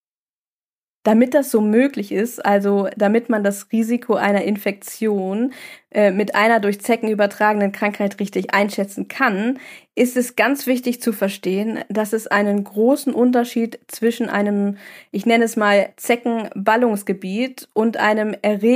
Damit das so möglich ist, also damit man das Risiko einer Infektion äh, mit einer durch Zecken übertragenen Krankheit richtig einschätzen kann, ist es ganz wichtig zu verstehen, dass es einen großen Unterschied zwischen einem, ich nenne es mal Zeckenballungsgebiet und einem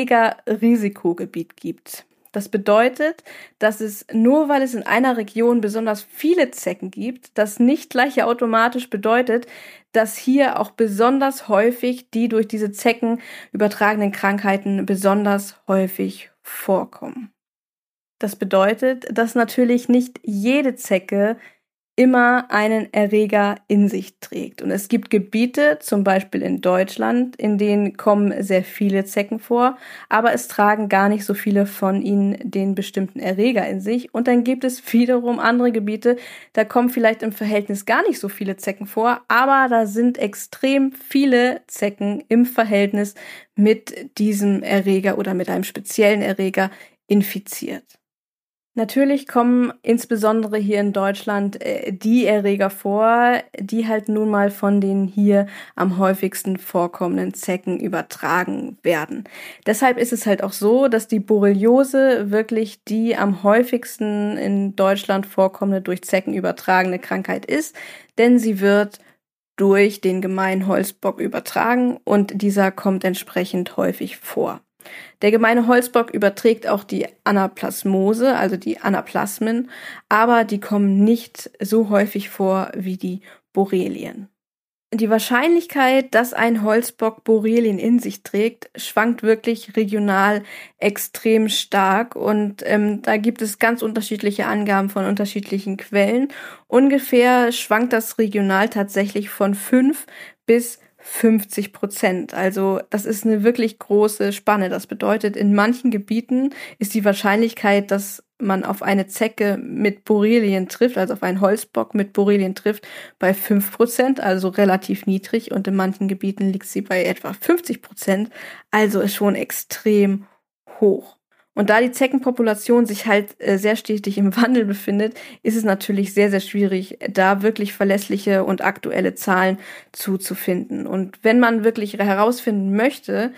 Erregerrisikogebiet gibt. Das bedeutet, dass es nur weil es in einer Region besonders viele Zecken gibt, das nicht gleich automatisch bedeutet, dass hier auch besonders häufig die durch diese Zecken übertragenen Krankheiten besonders häufig vorkommen. Das bedeutet, dass natürlich nicht jede Zecke immer einen Erreger in sich trägt. Und es gibt Gebiete, zum Beispiel in Deutschland, in denen kommen sehr viele Zecken vor, aber es tragen gar nicht so viele von ihnen den bestimmten Erreger in sich. Und dann gibt es wiederum andere Gebiete, da kommen vielleicht im Verhältnis gar nicht so viele Zecken vor, aber da sind extrem viele Zecken im Verhältnis mit diesem Erreger oder mit einem speziellen Erreger infiziert. Natürlich kommen insbesondere hier in Deutschland äh, die Erreger vor, die halt nun mal von den hier am häufigsten vorkommenden Zecken übertragen werden. Deshalb ist es halt auch so, dass die Borreliose wirklich die am häufigsten in Deutschland vorkommende durch Zecken übertragene Krankheit ist, denn sie wird durch den Gemeinen Holzbock übertragen und dieser kommt entsprechend häufig vor. Der Gemeine Holzbock überträgt auch die Anaplasmose, also die Anaplasmen, aber die kommen nicht so häufig vor wie die Borrelien. Die Wahrscheinlichkeit, dass ein Holzbock Borrelien in sich trägt, schwankt wirklich regional extrem stark und ähm, da gibt es ganz unterschiedliche Angaben von unterschiedlichen Quellen. Ungefähr schwankt das regional tatsächlich von fünf bis fünfzig Prozent. Also das ist eine wirklich große Spanne. Das bedeutet, in manchen Gebieten ist die Wahrscheinlichkeit, dass man auf eine Zecke mit Borrelien trifft, also auf einen Holzbock mit Borrelien trifft, bei fünf Prozent, also relativ niedrig. Und in manchen Gebieten liegt sie bei etwa fünfzig Prozent, also ist schon extrem hoch. Und da die Zeckenpopulation sich halt äh, sehr stetig im Wandel befindet, ist es natürlich sehr, sehr schwierig, da wirklich verlässliche und aktuelle Zahlen zuzufinden. Und wenn man wirklich herausfinden möchte,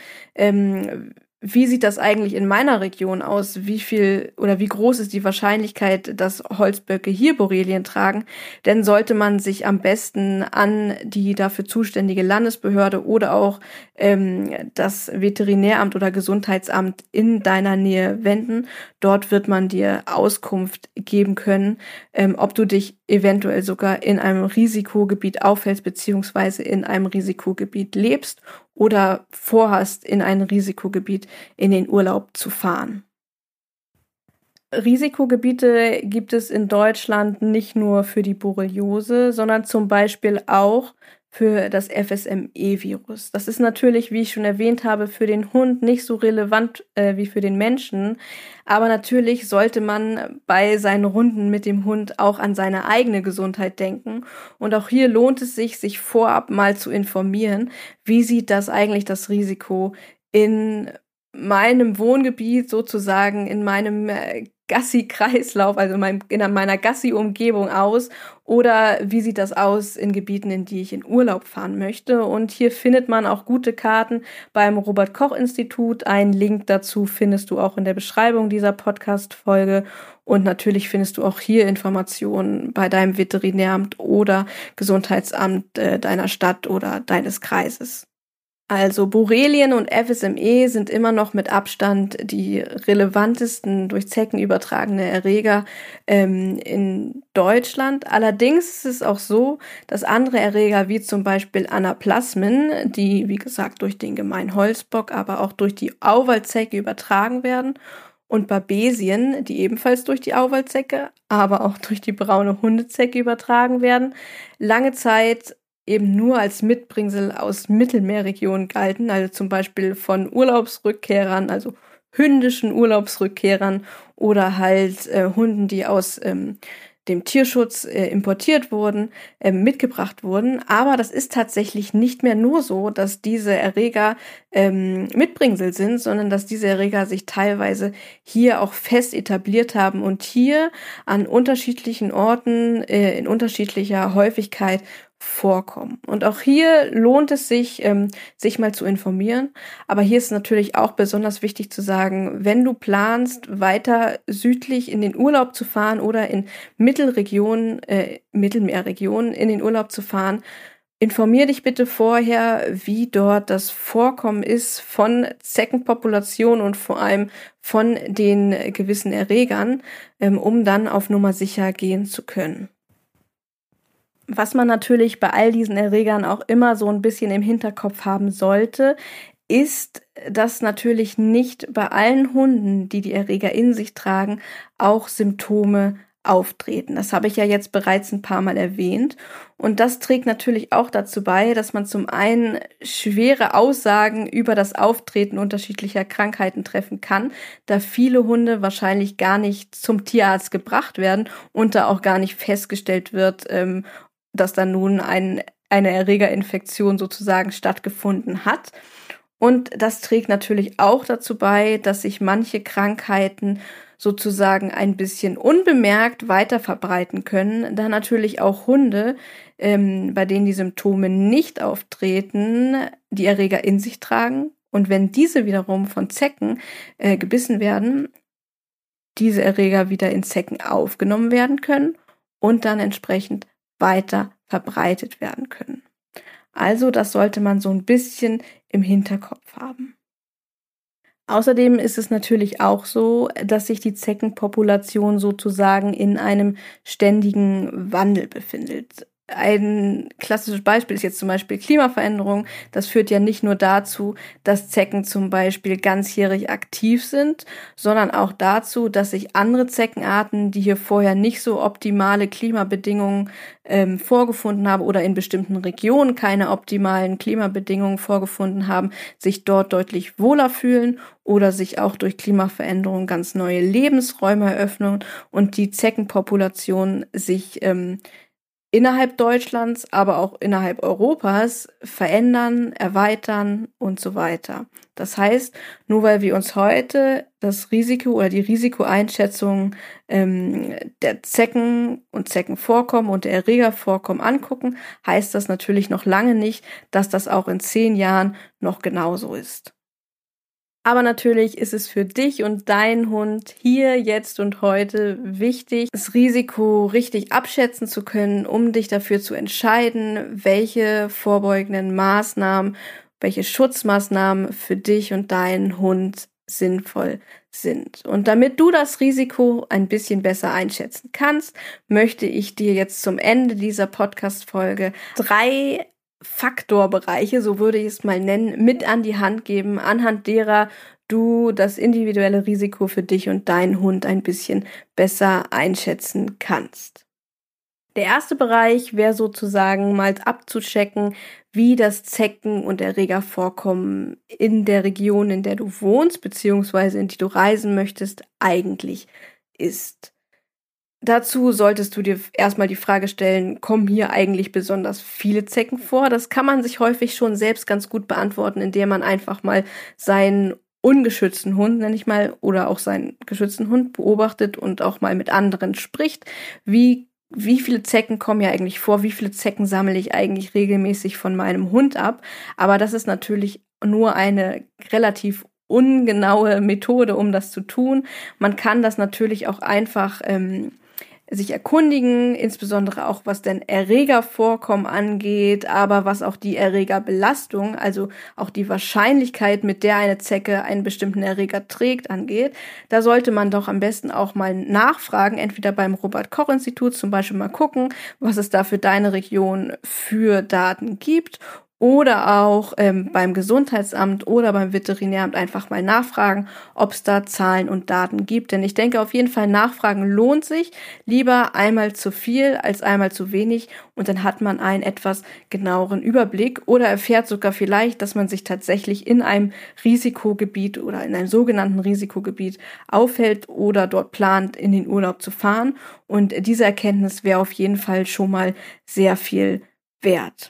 ähm, wie sieht das eigentlich in meiner Region aus? Wie viel oder wie groß ist die Wahrscheinlichkeit, dass Holzböcke hier Borrelien tragen? Dann sollte man sich am besten an die dafür zuständige Landesbehörde oder auch ähm, das Veterinäramt oder Gesundheitsamt in deiner Nähe wenden. Dort wird man dir Auskunft geben können, ähm, ob du dich eventuell sogar in einem Risikogebiet aufhältst beziehungsweise in einem Risikogebiet lebst oder vorhast, in ein Risikogebiet in den Urlaub zu fahren. Risikogebiete gibt es in Deutschland nicht nur für die Borreliose, sondern zum Beispiel auch für das F S M E-Virus. Das ist natürlich, wie ich schon erwähnt habe, für den Hund nicht so relevant äh, wie für den Menschen. Aber natürlich sollte man bei seinen Runden mit dem Hund auch an seine eigene Gesundheit denken. Und auch hier lohnt es sich, sich vorab mal zu informieren, wie sieht das eigentlich das Risiko in meinem Wohngebiet sozusagen, in meinem äh, Gassi-Kreislauf, also in, meinem, in meiner Gassi-Umgebung aus, oder wie sieht das aus in Gebieten, in die ich in Urlaub fahren möchte. Und hier findet man auch gute Karten beim Robert-Koch-Institut. Einen Link dazu findest du auch in der Beschreibung dieser Podcast-Folge. Und natürlich findest du auch hier Informationen bei deinem Veterinäramt oder Gesundheitsamt äh, deiner Stadt oder deines Kreises. Also Borrelien und F S M E sind immer noch mit Abstand die relevantesten durch Zecken übertragene Erreger ähm, in Deutschland. Allerdings ist es auch so, dass andere Erreger wie zum Beispiel Anaplasmen, die wie gesagt durch den gemeinen Holzbock, aber auch durch die Auwaldzecke übertragen werden, und Babesien, die ebenfalls durch die Auwaldzecke, aber auch durch die braune Hundezecke übertragen werden, lange Zeit eben nur als Mitbringsel aus Mittelmeerregionen galten, also zum Beispiel von Urlaubsrückkehrern, also hündischen Urlaubsrückkehrern oder halt äh, Hunden, die aus ähm, dem Tierschutz äh, importiert wurden, äh, mitgebracht wurden. Aber das ist tatsächlich nicht mehr nur so, dass diese Erreger ähm, Mitbringsel sind, sondern dass diese Erreger sich teilweise hier auch fest etabliert haben und hier an unterschiedlichen Orten äh, in unterschiedlicher Häufigkeit vorkommen. Und auch hier lohnt es sich, ähm, sich mal zu informieren. Aber hier ist natürlich auch besonders wichtig zu sagen, wenn du planst, weiter südlich in den Urlaub zu fahren oder in Mittelregionen, äh, Mittelmeerregionen in den Urlaub zu fahren, informier dich bitte vorher, wie dort das Vorkommen ist von Zeckenpopulationen und vor allem von den gewissen Erregern, ähm, um dann auf Nummer sicher gehen zu können. Was man natürlich bei all diesen Erregern auch immer so ein bisschen im Hinterkopf haben sollte, ist, dass natürlich nicht bei allen Hunden, die die Erreger in sich tragen, auch Symptome auftreten. Das habe ich ja jetzt bereits ein paar Mal erwähnt. Und das trägt natürlich auch dazu bei, dass man zum einen schwere Aussagen über das Auftreten unterschiedlicher Krankheiten treffen kann, da viele Hunde wahrscheinlich gar nicht zum Tierarzt gebracht werden und da auch gar nicht festgestellt wird, ähm, dass da nun ein, eine Erregerinfektion sozusagen stattgefunden hat. Und das trägt natürlich auch dazu bei, dass sich manche Krankheiten sozusagen ein bisschen unbemerkt weiter verbreiten können, da natürlich auch Hunde, ähm, bei denen die Symptome nicht auftreten, die Erreger in sich tragen. Und wenn diese wiederum von Zecken äh, gebissen werden, diese Erreger wieder in Zecken aufgenommen werden können und dann entsprechend weiter verbreitet werden können. Also das sollte man so ein bisschen im Hinterkopf haben. Außerdem ist es natürlich auch so, dass sich die Zeckenpopulation sozusagen in einem ständigen Wandel befindet. Ein klassisches Beispiel ist jetzt zum Beispiel Klimaveränderung. Das führt ja nicht nur dazu, dass Zecken zum Beispiel ganzjährig aktiv sind, sondern auch dazu, dass sich andere Zeckenarten, die hier vorher nicht so optimale Klimabedingungen ähm, vorgefunden haben oder in bestimmten Regionen keine optimalen Klimabedingungen vorgefunden haben, sich dort deutlich wohler fühlen oder sich auch durch Klimaveränderung ganz neue Lebensräume eröffnen und die Zeckenpopulation sich ähm, innerhalb Deutschlands, aber auch innerhalb Europas verändern, erweitern und so weiter. Das heißt, nur weil wir uns heute das Risiko oder die Risikoeinschätzung ähm, der Zecken und Zeckenvorkommen und der Erregervorkommen angucken, heißt das natürlich noch lange nicht, dass das auch in zehn Jahren noch genauso ist. Aber natürlich ist es für dich und deinen Hund hier, jetzt und heute wichtig, das Risiko richtig abschätzen zu können, um dich dafür zu entscheiden, welche vorbeugenden Maßnahmen welche Schutzmaßnahmen für dich und deinen Hund sinnvoll sind. Und damit du das Risiko ein bisschen besser einschätzen kannst, möchte ich dir jetzt zum Ende dieser Podcast-Folge drei Faktorbereiche, so würde ich es mal nennen, mit an die Hand geben, anhand derer du das individuelle Risiko für dich und deinen Hund ein bisschen besser einschätzen kannst. Der erste Bereich wäre sozusagen mal abzuchecken, wie das Zecken- und Erregervorkommen in der Region, in der du wohnst, beziehungsweise in die du reisen möchtest, eigentlich ist. Dazu solltest du dir erstmal die Frage stellen, kommen hier eigentlich besonders viele Zecken vor? Das kann man sich häufig schon selbst ganz gut beantworten, indem man einfach mal seinen ungeschützten Hund, nenne ich mal, oder auch seinen geschützten Hund beobachtet und auch mal mit anderen spricht. Wie, wie viele Zecken kommen ja eigentlich vor? Wie viele Zecken sammle ich eigentlich regelmäßig von meinem Hund ab? Aber das ist natürlich nur eine relativ ungenaue Methode, um das zu tun. Man kann das natürlich auch einfach ähm, sich erkundigen, insbesondere auch was den Erregervorkommen angeht, aber was auch die Erregerbelastung, also auch die Wahrscheinlichkeit, mit der eine Zecke einen bestimmten Erreger trägt, angeht. Da sollte man doch am besten auch mal nachfragen, entweder beim Robert-Koch-Institut zum Beispiel mal gucken, was es da für deine Region für Daten gibt. Oder auch ähm, beim Gesundheitsamt oder beim Veterinäramt einfach mal nachfragen, ob es da Zahlen und Daten gibt. Denn ich denke auf jeden Fall, nachfragen lohnt sich. Lieber einmal zu viel als einmal zu wenig. Und dann hat man einen etwas genaueren Überblick oder erfährt sogar vielleicht, dass man sich tatsächlich in einem Risikogebiet oder in einem sogenannten Risikogebiet aufhält oder dort plant, in den Urlaub zu fahren. Und diese Erkenntnis wäre auf jeden Fall schon mal sehr viel wert.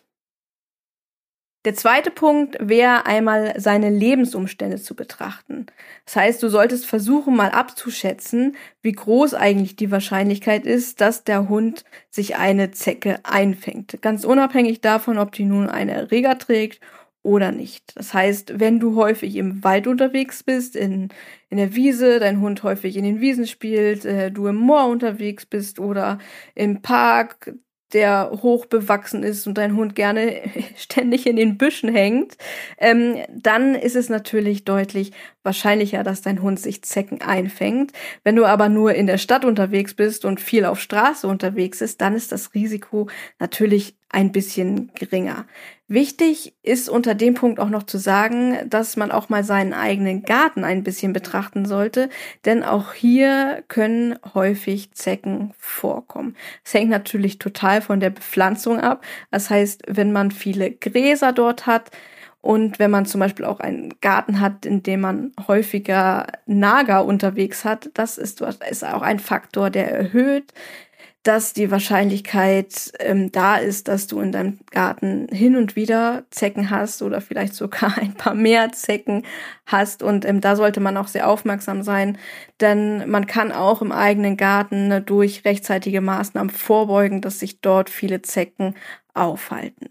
Der zweite Punkt wäre einmal seine Lebensumstände zu betrachten. Das heißt, du solltest versuchen, mal abzuschätzen, wie groß eigentlich die Wahrscheinlichkeit ist, dass der Hund sich eine Zecke einfängt. Ganz unabhängig davon, ob die nun einen Erreger trägt oder nicht. Das heißt, wenn du häufig im Wald unterwegs bist, in, in der Wiese, dein Hund häufig in den Wiesen spielt, äh, du im Moor unterwegs bist oder im Park, der hoch bewachsen ist und dein Hund gerne ständig in den Büschen hängt, ähm, dann ist es natürlich deutlich wahrscheinlicher, dass dein Hund sich Zecken einfängt. Wenn du aber nur in der Stadt unterwegs bist und viel auf Straße unterwegs ist, dann ist das Risiko natürlich ein bisschen geringer. Wichtig ist unter dem Punkt auch noch zu sagen, dass man auch mal seinen eigenen Garten ein bisschen betrachten sollte, denn auch hier können häufig Zecken vorkommen. Es hängt natürlich total von der Bepflanzung ab. Das heißt, wenn man viele Gräser dort hat und wenn man zum Beispiel auch einen Garten hat, in dem man häufiger Nager unterwegs hat, das ist, ist auch ein Faktor, der erhöht, dass die Wahrscheinlichkeit ähm, da ist, dass du in deinem Garten hin und wieder Zecken hast oder vielleicht sogar ein paar mehr Zecken hast. Und ähm, da sollte man auch sehr aufmerksam sein, denn man kann auch im eigenen Garten ne, durch rechtzeitige Maßnahmen vorbeugen, dass sich dort viele Zecken aufhalten.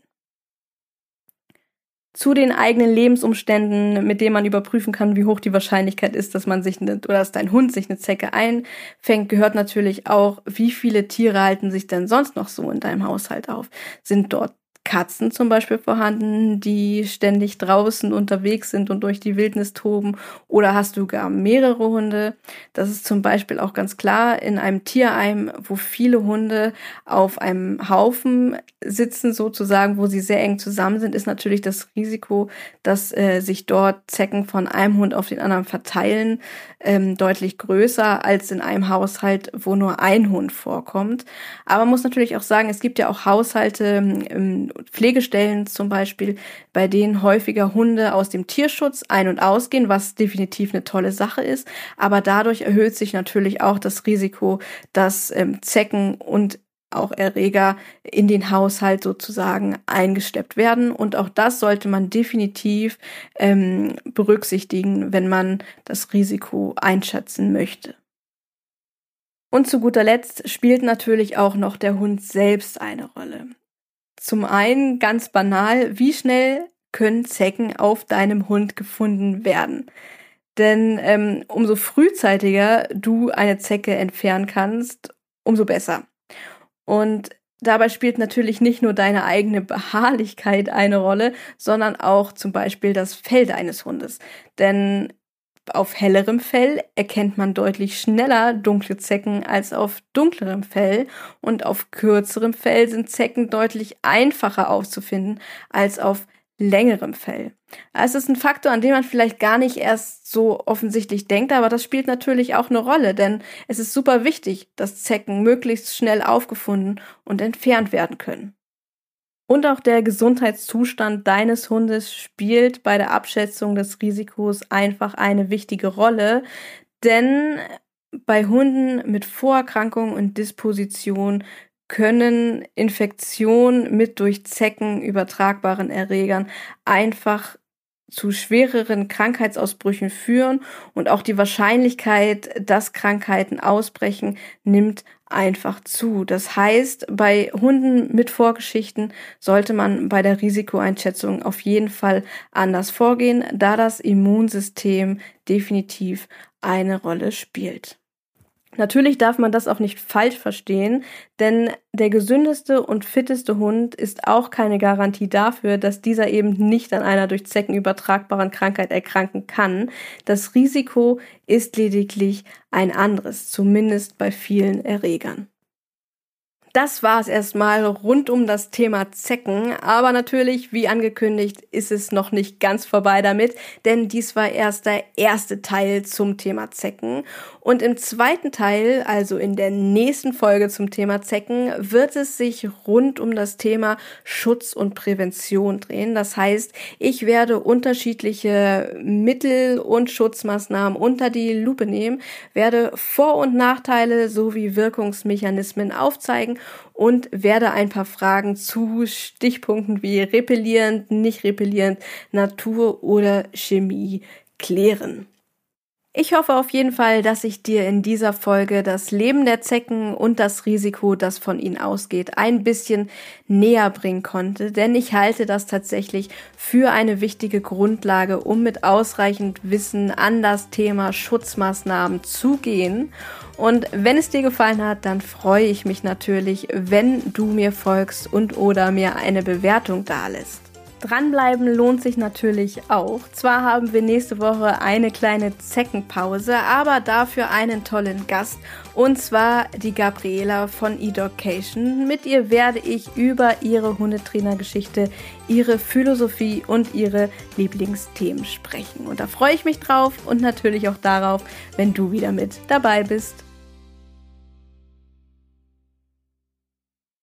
Zu den eigenen Lebensumständen, mit denen man überprüfen kann, wie hoch die Wahrscheinlichkeit ist, dass man sich eine, oder dass dein Hund sich eine Zecke einfängt, gehört natürlich auch, wie viele Tiere halten sich denn sonst noch so in deinem Haushalt auf? Sind dort Katzen zum Beispiel vorhanden, die ständig draußen unterwegs sind und durch die Wildnis toben? Oder hast du gar mehrere Hunde? Das ist zum Beispiel auch ganz klar in einem Tierheim, wo viele Hunde auf einem Haufen sitzen sozusagen, wo sie sehr eng zusammen sind, ist natürlich das Risiko, dass äh, sich dort Zecken von einem Hund auf den anderen verteilen, ähm, deutlich größer als in einem Haushalt, wo nur ein Hund vorkommt. Aber man muss natürlich auch sagen, es gibt ja auch Haushalte, ähm, Pflegestellen zum Beispiel, bei denen häufiger Hunde aus dem Tierschutz ein- und ausgehen, was definitiv eine tolle Sache ist. Aber dadurch erhöht sich natürlich auch das Risiko, dass ähm, Zecken und auch Erreger in den Haushalt sozusagen eingeschleppt werden. Und auch das sollte man definitiv ähm, berücksichtigen, wenn man das Risiko einschätzen möchte. Und zu guter Letzt spielt natürlich auch noch der Hund selbst eine Rolle. Zum einen ganz banal, wie schnell können Zecken auf deinem Hund gefunden werden? Denn ähm, umso frühzeitiger du eine Zecke entfernen kannst, umso besser. Und Dabei spielt natürlich nicht nur deine eigene Behaarlichkeit eine Rolle, sondern auch zum Beispiel das Fell deines Hundes. Denn auf hellerem Fell erkennt man deutlich schneller dunkle Zecken als auf dunklerem Fell und auf kürzerem Fell sind Zecken deutlich einfacher aufzufinden als auf längerem Fell. Es ist ein Faktor, an den man vielleicht gar nicht erst so offensichtlich denkt, aber das spielt natürlich auch eine Rolle, denn es ist super wichtig, dass Zecken möglichst schnell aufgefunden und entfernt werden können. Und auch der Gesundheitszustand deines Hundes spielt bei der Abschätzung des Risikos einfach eine wichtige Rolle, denn bei Hunden mit Vorerkrankungen und Disposition können Infektionen mit durch Zecken übertragbaren Erregern einfach zu schwereren Krankheitsausbrüchen führen und auch die Wahrscheinlichkeit, dass Krankheiten ausbrechen, nimmt einfach zu. Das heißt, bei Hunden mit Vorgeschichten sollte man bei der Risikoeinschätzung auf jeden Fall anders vorgehen, da das Immunsystem definitiv eine Rolle spielt. Natürlich darf man das auch nicht falsch verstehen, denn der gesündeste und fitteste Hund ist auch keine Garantie dafür, dass dieser eben nicht an einer durch Zecken übertragbaren Krankheit erkranken kann. Das Risiko ist lediglich ein anderes, zumindest bei vielen Erregern. Das war es erstmal rund um das Thema Zecken, aber natürlich, wie angekündigt, ist es noch nicht ganz vorbei damit, denn dies war erst der erste Teil zum Thema Zecken und im zweiten Teil, also in der nächsten Folge zum Thema Zecken, wird es sich rund um das Thema Schutz und Prävention drehen. Das heißt, ich werde unterschiedliche Mittel und Schutzmaßnahmen unter die Lupe nehmen, werde Vor- und Nachteile sowie Wirkungsmechanismen aufzeigen und werde ein paar Fragen zu Stichpunkten wie repellierend, nicht repellierend, Natur oder Chemie klären. Ich hoffe auf jeden Fall, dass ich dir in dieser Folge das Leben der Zecken und das Risiko, das von ihnen ausgeht, ein bisschen näher bringen konnte, denn ich halte das tatsächlich für eine wichtige Grundlage, um mit ausreichend Wissen an das Thema Schutzmaßnahmen zu gehen. Und wenn es dir gefallen hat, dann freue ich mich natürlich, wenn du mir folgst und oder mir eine Bewertung dalässt. Dranbleiben lohnt sich natürlich auch. Zwar haben wir nächste Woche eine kleine Zeckenpause, aber dafür einen tollen Gast, und zwar die Gabriela von eDogcation. Mit ihr werde ich über ihre Hundetrainergeschichte, ihre Philosophie und ihre Lieblingsthemen sprechen. Und da freue ich mich drauf und natürlich auch darauf, wenn du wieder mit dabei bist.